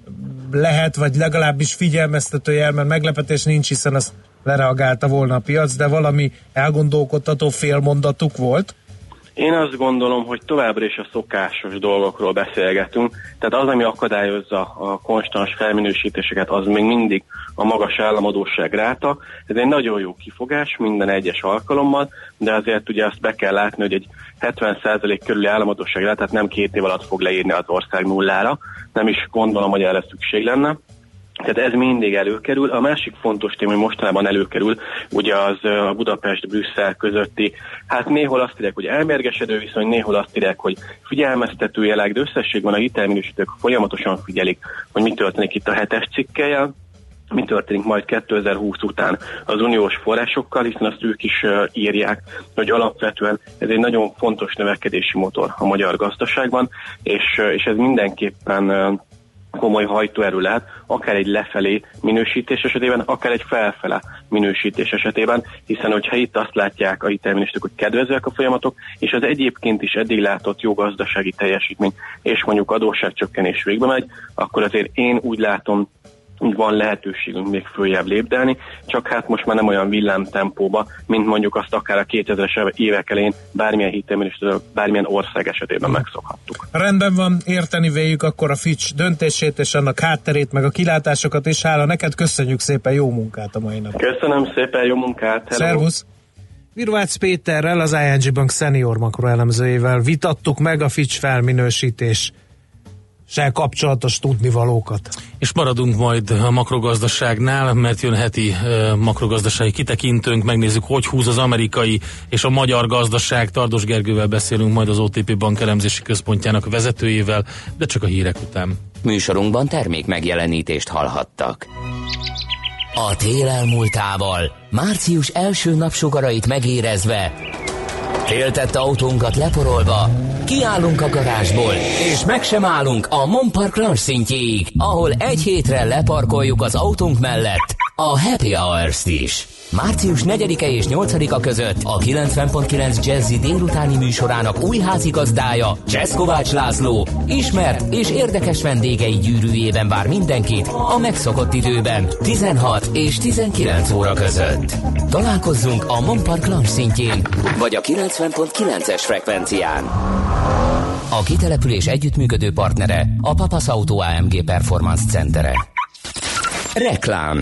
lehet, vagy legalábbis figyelmeztető jel, mert meglepetés nincs, hiszen azt lereagálta volna a piac, de valami elgondolkodtató félmondatuk volt? Én azt gondolom, hogy továbbra is a szokásos dolgokról beszélgetünk, tehát az, ami akadályozza a konstans felminősítéseket, az még mindig a magas államadósság ráta. Ez egy nagyon jó kifogás minden egyes alkalommal, de azért ugye azt be kell látni, hogy egy hetven százalék körüli államadósság rátát nem két év alatt fog leírni az ország nullára, nem is gondolom, hogy erre szükség lenne. Tehát ez mindig előkerül. A másik fontos téma, hogy mostanában előkerül, ugye az a Budapest-Brüsszel közötti, hát néhol azt írják, hogy elmérgesedő viszony, néhol azt írják, hogy figyelmeztető jelek, de összességben a hitelminősítők folyamatosan figyelik, hogy mi történik itt a hetes cikkellyel, mi történik majd kétezer-húsz után az uniós forrásokkal, hiszen azt ők is uh, írják, hogy alapvetően ez egy nagyon fontos növekedési motor a magyar gazdaságban, és, uh, és ez mindenképpen uh, komoly hajtóerő lehet, akár egy lefelé minősítés esetében, akár egy felfele minősítés esetében, hiszen hogyha itt azt látják a hitelminősítők, hogy kedvezőek a folyamatok, és az egyébként is eddig látott jó gazdasági teljesítmény, és mondjuk adósságcsökkenés végbe megy, akkor azért én úgy látom, hogy van lehetőségünk még följebb lépdelni, csak hát most már nem olyan villámtempóba, mint mondjuk azt akár a kétezres évek elején bármilyen hitelminősítő, bármilyen ország esetében megszokhattuk. Rendben van, érteni véljük akkor a Fitch döntését és annak hátterét, meg a kilátásokat, és hála neked, köszönjük szépen, jó munkát a mai nap. Köszönöm szépen, jó munkát! Hello. Szervusz! Virvács Péterrel, az i en gé Bank senior makroelemzőjével vitattuk meg a Fitch felminősítés kapcsolatos tudnivalókat. És maradunk majd a makrogazdaságnál, mert jön heti uh, makrogazdasági kitekintőnk, megnézzük, hogy húz az amerikai és a magyar gazdaság. Tardos Gergővel beszélünk majd az o té pé Bank elemzési központjának vezetőjével, de csak a hírek után. Műsorunkban termék megjelenítést hallhattak. A tél elmúltával, március első napsugarait megérezve, féltett autónkat leporolva, kiállunk a garázsból, és meg sem állunk a Monpark Lounge szintjéig, ahol egy hétre leparkoljuk az autónk mellett a Happy Hours-t is. március negyedike és nyolcadika között a kilencven pont kilenc Jazzy délutáni műsorának új házigazdája, Jazz Kovács László, ismert és érdekes vendégei gyűrűjében vár mindenkit a megszokott időben, tizenhat és tizenkilenc óra között. Találkozzunk a Monpark Lounge szintjén, vagy a kilencven pont kilences frekvencián. A kitelepülés együttműködő partnere a Papas Auto á em gé Performance Centere. Reklám.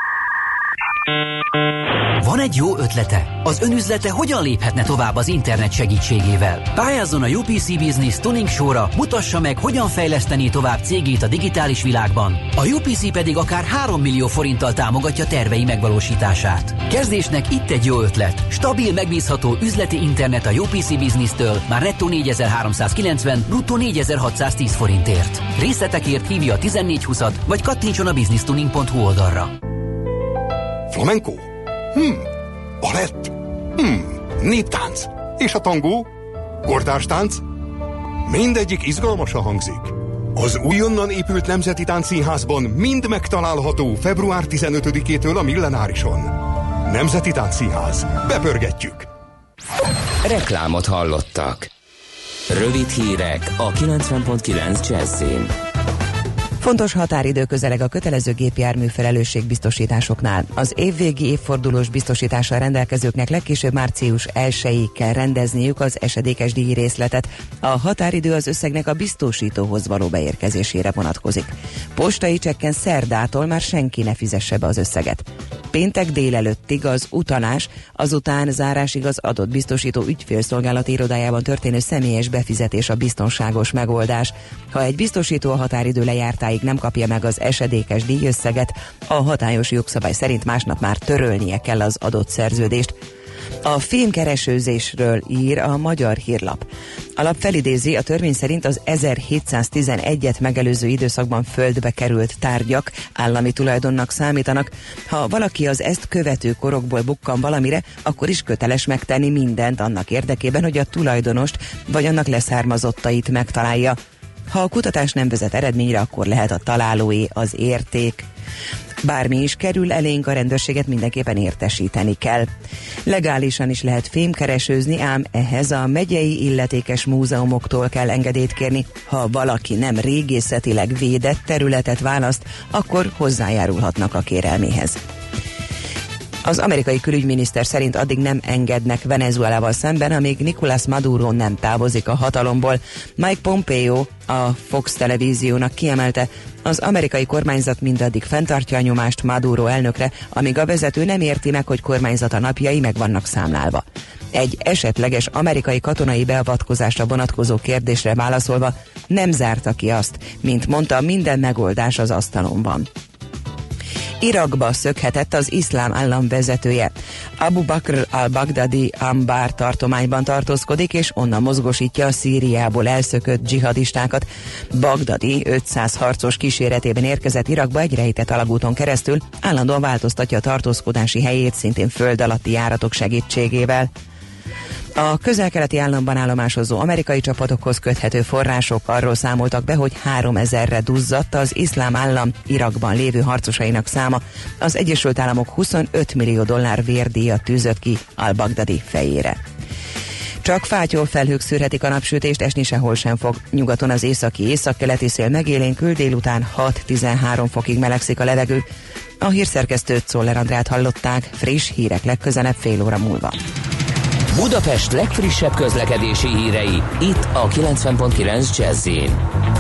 Van egy jó ötlete? Az önüzlete hogyan léphetne tovább az internet segítségével? Pályázzon a u pé cé Business Tuning Show-ra, mutassa meg, hogyan fejlesztené tovább cégét a digitális világban. A u pé cé pedig akár három millió forinttal támogatja tervei megvalósítását. Kezdésnek itt egy jó ötlet. Stabil, megbízható üzleti internet a u pé cé Business-től már nettó négyezer-háromszázkilencven, bruttó négyezer-hatszáztíz forintért. Részletekért hívja a tizennégy húszat, vagy kattintson a business tuning pont hu oldalra. Flamenco? Hm. Balett? Hm. Néptánc? És a tangó? Kortárs-tánc? Mindegyik izgalmasan hangzik. Az újonnan épült Nemzeti Táncszínházban mind megtalálható február tizenötödikétől a Millenárison. Nemzeti Táncszínház. Bepörgetjük! Reklámot hallottak. Rövid hírek a kilencven pont kilenc Jazzyn. Fontos határidő közeleg a kötelező gépjármű felelősségbiztosításoknál. Az évvégi évfordulós biztosítással rendelkezőknek legkésőbb március elsejéig kell rendezniük az esedékes díj részletet. A határidő az összegnek a biztosítóhoz való beérkezésére vonatkozik. Postai csekken szerdától már senki ne fizesse be az összeget. Péntek délelőttig az utalás, azután zárásig az adott biztosító ügyfélszolgálati irodájában történő személyes befizetés a biztonságos megoldás. Ha egy biztosító a határidő lejártáig nem kapja meg az esedékes díjösszeget, a hatályos jogszabály szerint másnap már törölnie kell az adott szerződést. A fémkeresőzésről ír a Magyar Hírlap. A lap felidézi, a törvény szerint az ezerhétszáztizenegyet megelőző időszakban földbe került tárgyak állami tulajdonnak számítanak. Ha valaki az ezt követő korokból bukkan valamire, akkor is köteles megtenni mindent annak érdekében, hogy a tulajdonost vagy annak leszármazottait megtalálja. Ha a kutatás nem vezet eredményre, akkor lehet a találóé az érték. Bármi is kerül elénk, a rendőrséget mindenképpen értesíteni kell. Legálisan is lehet fémkeresőzni, ám ehhez a megyei illetékes múzeumoktól kell engedélyt kérni. Ha valaki nem régészetileg védett területet választ, akkor hozzájárulhatnak a kérelméhez. Az amerikai külügyminiszter szerint addig nem engednek Venezuelával szemben, amíg Nicolás Maduro nem távozik a hatalomból. Mike Pompeo a Fox televíziónak kiemelte, az amerikai kormányzat mindaddig fenntartja a nyomást Maduro elnökre, amíg a vezető nem érti meg, hogy kormányzata napjai meg vannak számlálva. Egy esetleges amerikai katonai beavatkozásra vonatkozó kérdésre válaszolva nem zárta ki azt, mint mondta, minden megoldás az asztalon van. Irakba szökhetett az iszlám állam vezetője. Abu Bakr al-Baghdadi Anbar tartományban tartózkodik, és onnan mozgósítja a Szíriából elszökött dzsihadistákat. Bagdadi ötszáz harcos kíséretében érkezett Irakba egy rejtett alagúton keresztül, állandóan változtatja a tartózkodási helyét, szintén föld alatti járatok segítségével. A közel-keleti államban állomásozó amerikai csapatokhoz köthető források arról számoltak be, hogy háromezerre duzzadt az iszlám állam Irakban lévő harcosainak száma. Az Egyesült Államok huszonöt millió dollár vérdíjat tűzött ki al-Baghdadi fejére. Csak fátyol felhők szűrhetik a napsütést, esni sehol sem fog. Nyugaton az északi északkeleti szél megélénkül, délután hat-tizenhárom fokig melegszik a levegő. A hírszerkesztőt, Czoller Andrát hallották, friss hírek legközelebb fél óra múlva. Budapest legfrissebb közlekedési hírei, itt a kilencven pont kilenc Jazz-in.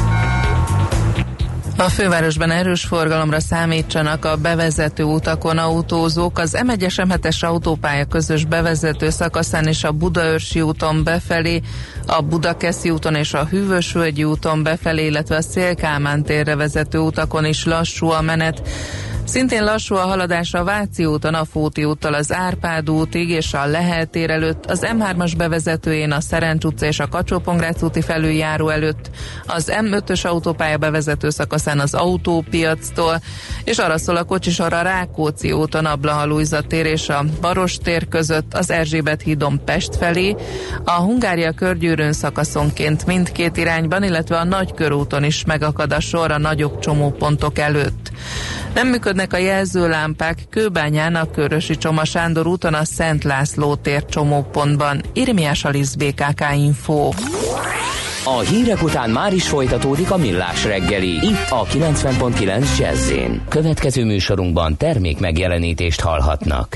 A fővárosban erős forgalomra számítsanak a bevezető utakon autózók, az em egyes em hetes autópálya közös bevezető szakaszán és a Budaörsi úton befelé, a Budakeszi úton és a Hűvösvölgyi úton befelé, illetve a Széll-Kálmán térre vezető utakon is lassú a menet. Szintén lassú a haladás a Váci úton, a Fóti úttal az Árpád útig és a Lehel tér előtt, az em hármas bevezetőjén a Szerencs utca és a Kacsó-Pongrác úti felüljáró előtt, az em ötös autópálya bevezető szakaszán az Autópiactól, és arra szól a kocsisor a Rákóczi úton, a Blaha-Lujza tér és a Baros tér között, az Erzsébet hídon Pest felé, a Hungária körgyűrűn szakaszonként mindkét irányban, illetve a Nagykörúton is megakad a sor a nagyobb csomópontok előtt. Nem működnek a jelzőlámpák Kőbányán, a Körösi Csoma Sándor úton, a Szent László tér csomópontban. Irmiás Alisz, bé ká ká Info. A hírek után már is folytatódik a Millás reggeli, itt a kilencven pont kilenc Jazz-in. Következő műsorunkban termék megjelenítést hallhatnak.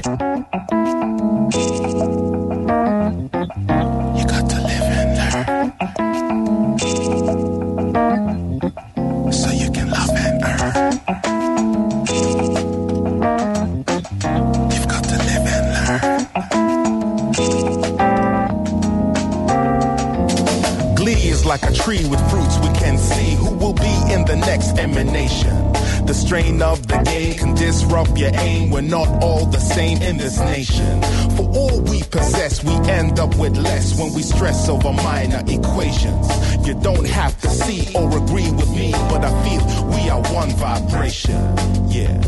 Like a tree with fruits we can see who will be in the next emanation. The strain of the game can disrupt your aim. We're not all the same in this nation. For all we possess, we end up with less when we stress over minor equations. You don't have to see or agree with me, but I feel we are one vibration. Yeah.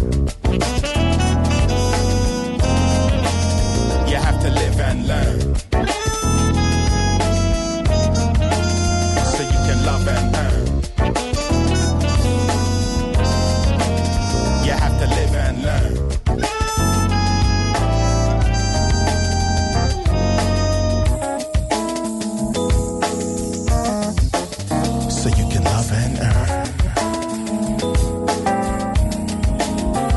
You have to live and learn. Love and earn. You have to live and learn. So you can love and earn.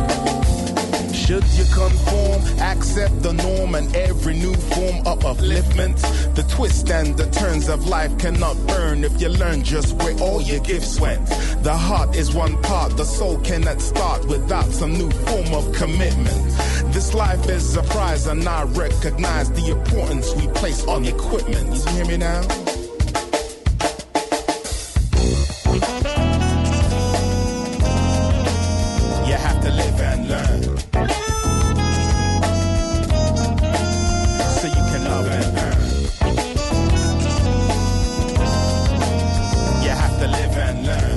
conform, accept the norm and every new form of upliftment. The twists and the turns of life cannot burn if you learn just where all your gifts went. The heart is one part, the soul cannot start without some new form of commitment. This life is a prize and I recognize the importance we place on equipment. You hear me now? You have to live and learn so you can love and earn. You have to live and learn.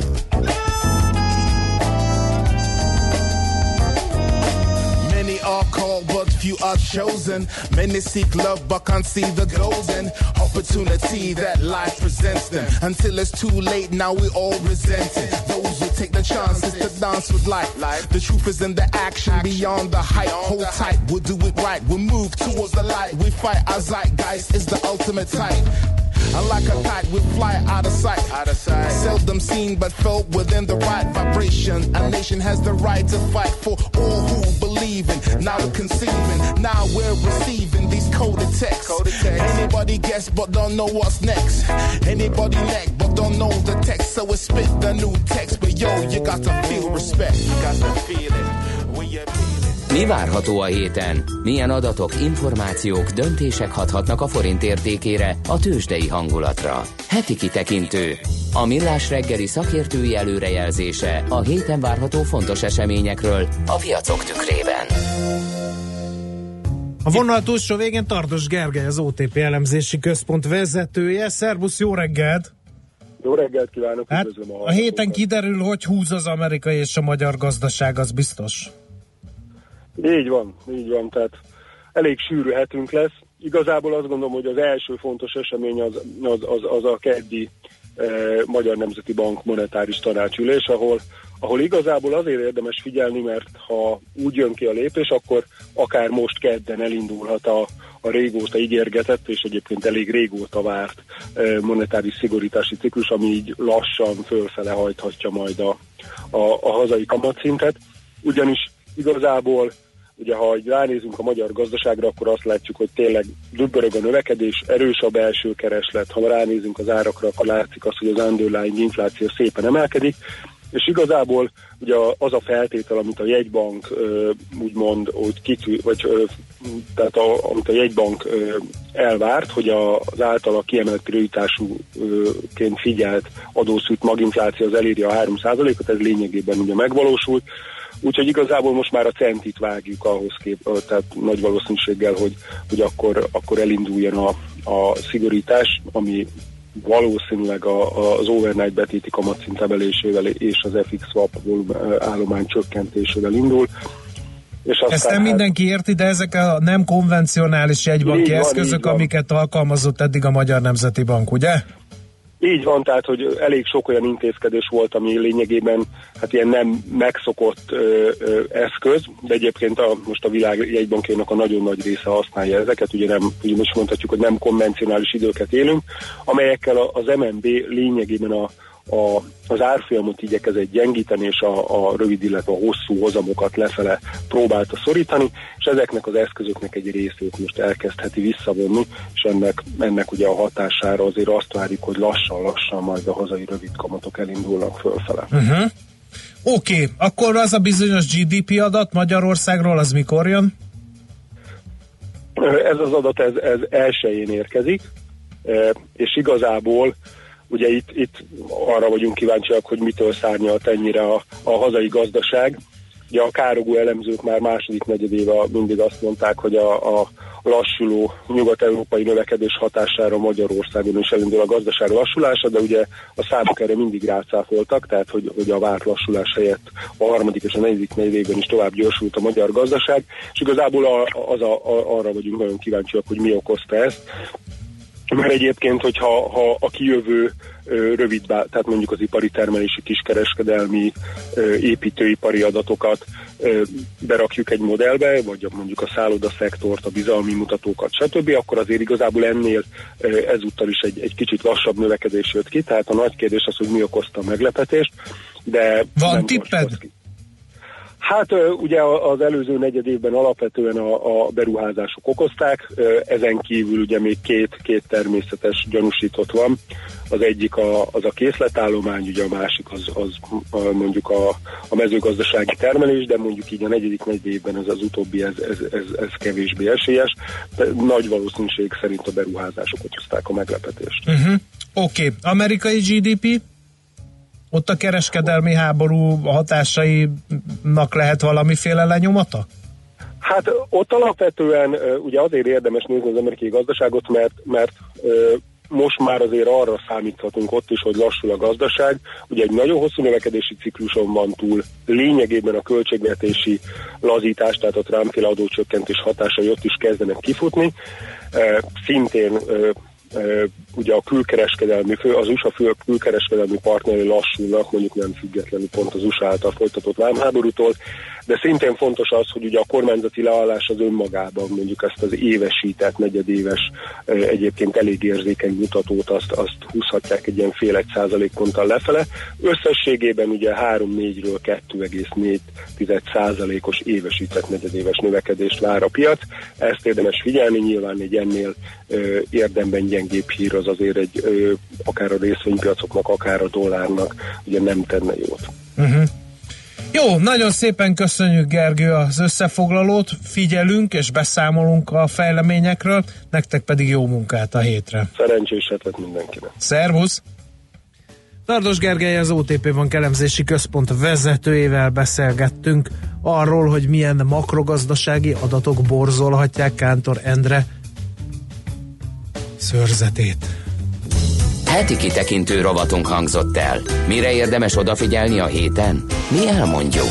Many are called but few are chosen. Many seek love but can't see the golden opportunity that life presents them. Until it's too late, now we all resent it. Those who take the chances to dance with life. The truth is in the action, beyond the hype. Hold tight, we'll do it right. We'll move towards the light. We fight our zeitgeist is the ultimate type. And like a kite, we fly out of sight. Out of sight. Seldom seen, but felt within the right vibration. A nation has the right to fight for all who believe in. Now we're conceiving, now we're receiving these coded texts. Coded text. Anybody guess, but don't know what's next. Anybody neck, but don't know the text. So we spit the new text, but yo, you got to feel respect. You got to feel it when you feel it. Mi várható a héten? Milyen adatok, információk, döntések hathatnak a forint értékére, a tőzsdei hangulatra? Heti kitekintő. A Millás reggeli szakértői előrejelzése a héten várható fontos eseményekről a piacok tükrében. A vonal túlsó végén Tardos Gergely, az o té pé elemzési központ vezetője. Szervusz, jó reggelt! Jó reggelt kívánok! Hát a, a héten kiderül, hogy húz az amerikai és a magyar gazdaság, az biztos. Így van, így van, tehát elég sűrű hetünk lesz. Igazából azt gondolom, hogy az első fontos esemény az, az, az, az a keddi eh, Magyar Nemzeti Bank monetáris tanácsülés, ahol, ahol igazából azért érdemes figyelni, mert ha úgy jön ki a lépés, akkor akár most kedden elindulhat a, a régóta ígérgetett, és egyébként elég régóta várt eh, monetáris szigorítási ciklus, ami így lassan fölfele hajthatja majd a, a, a hazai kamatszintet. Ugyanis igazából ugye, ha ránézünk a magyar gazdaságra, akkor azt látjuk, hogy tényleg dübbörög a növekedés, erős a belső kereslet. Ha ránézünk az árakra, akkor látszik azt, hogy az underlying infláció szépen emelkedik, és igazából ugye az a feltétel, amit a jegybank úgymond úgy kitű, vagy tehát a, amit a jegybank elvárt, hogy az általa kiemelt prioritásúként figyelt adószűk maginfláció az elérje a három százalékot, ez lényegében ugye megvalósult. Úgyhogy igazából most már a centit vágjuk ahhoz kép, tehát nagy valószínűséggel, hogy, hogy akkor, akkor elinduljon a, a szigorítás, ami valószínűleg a, az overnight betéti kamatszint emelésével és az ef iksz swap állomány csökkentésével indul. És ezt nem mindenki érti, de ezek a nem konvencionális jegybanki van, eszközök, amiket alkalmazott eddig a Magyar Nemzeti Bank, ugye? Így van, tehát, hogy elég sok olyan intézkedés volt, ami lényegében hát ilyen nem megszokott ö, ö, eszköz, de egyébként a, most a világ jegybankjának a nagyon nagy része használja ezeket, ugye nem, ugye most mondhatjuk, hogy nem konvencionális időket élünk, amelyekkel az em en bé lényegében a, a, az árfolyamot igyekezett gyengíteni, és a, a rövid, illetve a hosszú hozamokat lefele próbálta szorítani, és ezeknek az eszközöknek egy részét most elkezdheti visszavonni, és ennek, ennek ugye a hatására azért azt várjuk, hogy lassan-lassan majd a hazai rövid kamatok elindulnak fölfele. Uh-huh. Oké, okay. Akkor az a bizonyos gé dé pé adat Magyarországról, az mikor jön? Ez az adat ez, ez elsőjén érkezik, és igazából ugye itt, itt arra vagyunk kíváncsiak, hogy mitől szárnyalt ennyire a, a hazai gazdaság. Ugye a károgó elemzők már második negyedéve mindig azt mondták, hogy a, a lassuló nyugat-európai növekedés hatására Magyarországon is elindul a gazdaság lassulása, de ugye a számok erre mindig rácáfoltak, tehát hogy, hogy a várt lassulás helyett a harmadik és a negyedik negyedévben is tovább gyorsult a magyar gazdaság, és igazából a, az a, a, arra vagyunk nagyon kíváncsiak, hogy mi okozta ezt. Mert egyébként, hogyha ha a kijövő ö, rövid, tehát mondjuk az ipari termelési, kiskereskedelmi, ö, építőipari adatokat ö, berakjuk egy modellbe, vagy mondjuk a szállodaszektort, a bizalmi mutatókat, stb., akkor azért igazából ennél ö, ezúttal is egy, egy kicsit lassabb növekedés jött ki, tehát a nagy kérdés az, hogy mi okozta a meglepetést, de... Van tipped? Hát ugye az előző negyed évben alapvetően a, a beruházások okozták, ezen kívül ugye még két, két természetes gyanúsított van. Az egyik a, az a készletállomány, ugye a másik az, az a, mondjuk a, a mezőgazdasági termelés, de mondjuk így a negyedik negyed évben ez az utóbbi, ez, ez, ez, ez kevésbé esélyes. De nagy valószínűség szerint a beruházások okozták a meglepetést. Uh-huh. Oké, okay. Amerikai gé dé pé? Ott a kereskedelmi háború hatásainak lehet valamiféle lenyomata? Hát ott alapvetően ugye azért érdemes nézni az amerikai gazdaságot, mert, mert most már azért arra számíthatunk ott is, hogy lassul a gazdaság. Ugye egy nagyon hosszú növekedési cikluson van túl, lényegében a költségvetési lazítás, tehát a Trump-féle adócsökkentés hatásai ott is kezdenek kifutni. Szintén ugye a külkereskedelmi, fő, az u es á fő külkereskedelmi partneri lassulnak, mondjuk nem függetlenül pont az u es á által folytatott vámháborútól, de szintén fontos az, hogy ugye a kormányzati leállás az önmagában mondjuk ezt az évesített, negyedéves egyébként elég érzékeny mutatót, azt, azt húzhatják egy ilyen fél egy százalékponttal lefele. Összességében ugye három-négyről kettő egész négy százalékos évesített negyedéves növekedést vár a piac. Ezt érdemes figyelni, nyilván egy ennél ö, érdemben gyengébb hír az azért egy ö, akár a részvénypiacoknak, akár a dollárnak ugye nem tenne jót. Uh-huh. Jó, nagyon szépen köszönjük, Gergő, az összefoglalót, figyelünk és beszámolunk a fejleményekről, nektek pedig jó munkát a hétre. Szerencsés hetet mindenkinek. Szervusz! Tardos Gergely, az o té pé Bank elemzési központ vezetőjével beszélgettünk arról, hogy milyen makrogazdasági adatok borzolhatják Kántor Endre szőrzetét. Heti kitekintő rovatunk hangzott el. Mire érdemes odafigyelni a héten? Mi elmondjuk.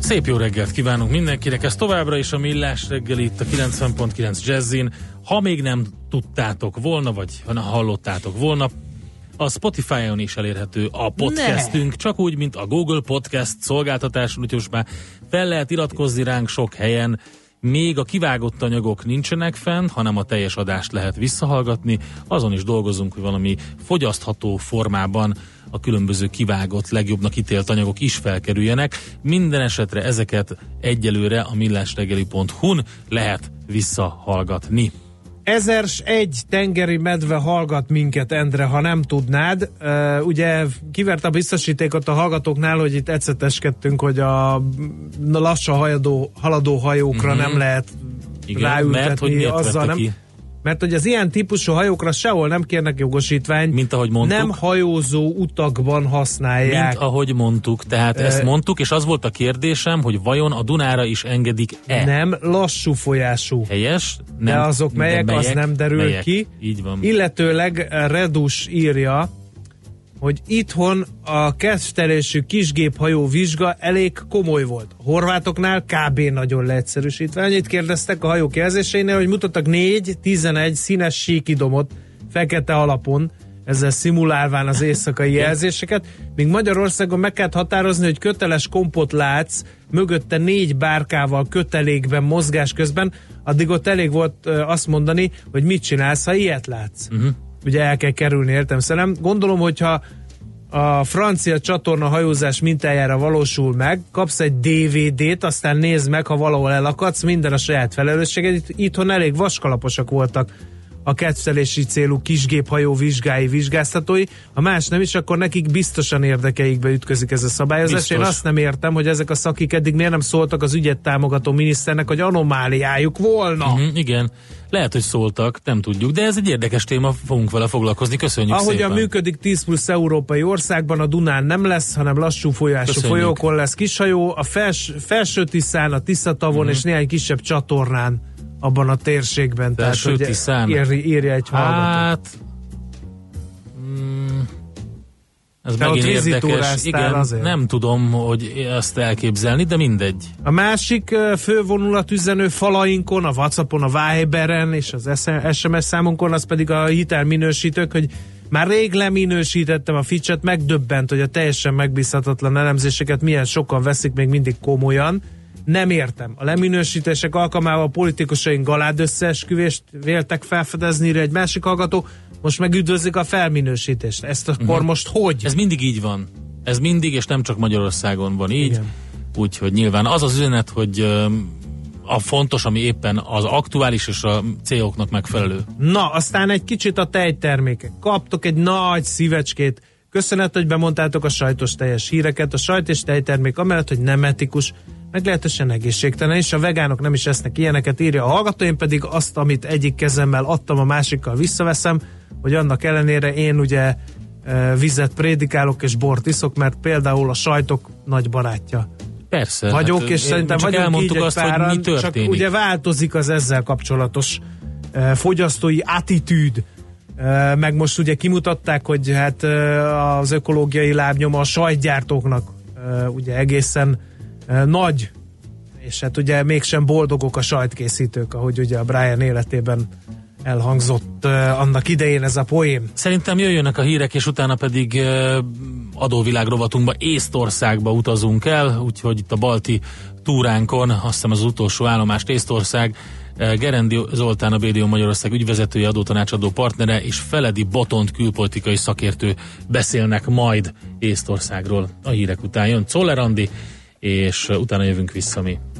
Szép jó reggelt kívánunk mindenkinek, ez továbbra is a Millás reggel itt a kilencven pont kilenc Jazzin. Ha még nem tudtátok volna, vagy ha hallottátok volna, a Spotify-on is elérhető a podcastünk, ne. Csak úgy, mint a Google Podcast szolgáltatáson, úgyhogy most már fel lehet iratkozni ránk sok helyen. Még a kivágott anyagok nincsenek fenn, hanem a teljes adást lehet visszahallgatni. Azon is dolgozunk, hogy valami fogyasztható formában a különböző kivágott, legjobbnak ítélt anyagok is felkerüljenek. Minden esetre ezeket egyelőre a millásreggeli pont hu-n lehet visszahallgatni. Ezer-egy tengeri medve hallgat minket, Endre, ha nem tudnád. Uh, ugye kivert a biztosítékot a hallgatóknál, hogy itt eceteskedtünk, hogy a lassan haladó, haladó hajókra mm-hmm. nem lehet igen, ráültetni. Mert hogy azzal nem, ki? Mert hogy az ilyen típusú hajókra sehol nem kérnek jogosítványt, mint ahogy mondtuk, nem hajózó utakban használják. Mint ahogy mondtuk, tehát e... ezt mondtuk, és az volt a kérdésem, hogy vajon a Dunára is engedik-e? Nem, lassú folyású. Helyes? Nem, de azok melyek, de melyek, az nem derül melyek, ki. Így van. Illetőleg Redus írja, hogy itthon a kezdtelésű kisgéphajó vizsga elég komoly volt. A horvátoknál kb. Nagyon leegyszerűsítve. Annyit kérdeztek a hajók jelzéseinél, hogy mutattak négy, tizenegy színes síkidomot fekete alapon, ezzel szimulálván az éjszakai jelzéseket, míg Magyarországon meg kellett határozni, hogy köteles kompot látsz, mögötte négy bárkával kötelékben mozgás közben, addig ott elég volt azt mondani, hogy mit csinálsz, ha ilyet látsz. Uh-huh. Ugye el kell kerülni, értem szerem. Gondolom, hogyha a francia csatorna hajózás mintájára valósul meg, kapsz egy dé vé dét, aztán nézd meg, ha valahol elakadsz, minden a saját felelősséged. Itt, itthon elég vaskalaposak voltak a kedvelési célú kisgéphajó vizsgái, vizsgáztatói. Ha más nem is, akkor nekik biztosan érdekeikbe ütközik ez a szabályozás. Biztos. Én azt nem értem, hogy ezek a szakik eddig miért nem szóltak az ügyet támogató miniszternek, hogy anomáliájuk volna. Uh-huh, igen, lehet, hogy szóltak, nem tudjuk, de ez egy érdekes téma, fogunk vele foglalkozni. Köszönjük Ahogyan szépen. Ahogyan működik tíz plusz európai országban, a Dunán nem lesz, hanem lassú folyású Köszönjük. Folyókon lesz kishajó, a fels, felső Tiszán, a Tiszatavon uh-huh. és néhány kisebb csatornán abban a térségben. De tehát, hogy ír, írja egy hallgató. Hát, mm, ez de megint érdekes. Igen, azért. Nem tudom, hogy ezt elképzelni, de mindegy. A másik fővonulatüzenő falainkon, a WhatsAppon, a Viberen és az es em es számunkon, az pedig a hitelminősítők, hogy már rég leminősítettem a Fitchet, megdöbbent, hogy a teljesen megbízhatatlan elemzéseket milyen sokan veszik még mindig komolyan. Nem értem. A leminősítések alkalmával politikusaink galád összeesküvést véltek felfedezni, írja egy másik hallgató, most meg üdvözlik a felminősítést. Ezt akkor uh-huh. most hogy? Ez mindig így van. Ez mindig, és nem csak Magyarországon van így. Úgyhogy nyilván az az üzenet, hogy a fontos, ami éppen az aktuális és a céloknak megfelelő. Na, aztán egy kicsit a tejtermékek. Kaptok egy nagy szívecskét. Köszönet, hogy bemondtátok a sajtos teljes híreket. A sajt és tejtermék amellett, hogy nem etikus, meglehetősen egészségtelen, és a vegánok nem is esznek ilyeneket, írja a hallgató, én pedig azt, amit egyik kezemmel adtam, a másikkal visszaveszem, hogy annak ellenére én ugye e, vizet prédikálok és bort iszok, mert például a sajtok nagy barátja Persze, vagyok, hát, és szerintem vagyunk így egy páran, hogy mi csak ugye változik az ezzel kapcsolatos e, fogyasztói attitűd, e, meg most ugye kimutatták, hogy hát e, az ökológiai lábnyoma a sajtgyártóknak e, ugye egészen nagy, és hát ugye mégsem boldogok a sajtkészítők, ahogy ugye a Brian életében elhangzott uh, annak idején ez a poém. Szerintem jöjjönek a hírek, és utána pedig uh, adóvilág rovatunkba, Észtországba utazunk el, úgyhogy itt a balti túránkon, azt hiszem az utolsó állomást Észtország, uh, Gerendi Zoltán, a bé dé o Magyarország ügyvezetője, adótanácsadó partnere, és Feledi Botont külpolitikai szakértő beszélnek majd Észtországról. A hírek után jön Czoller Andi, és utána jövünk vissza mi.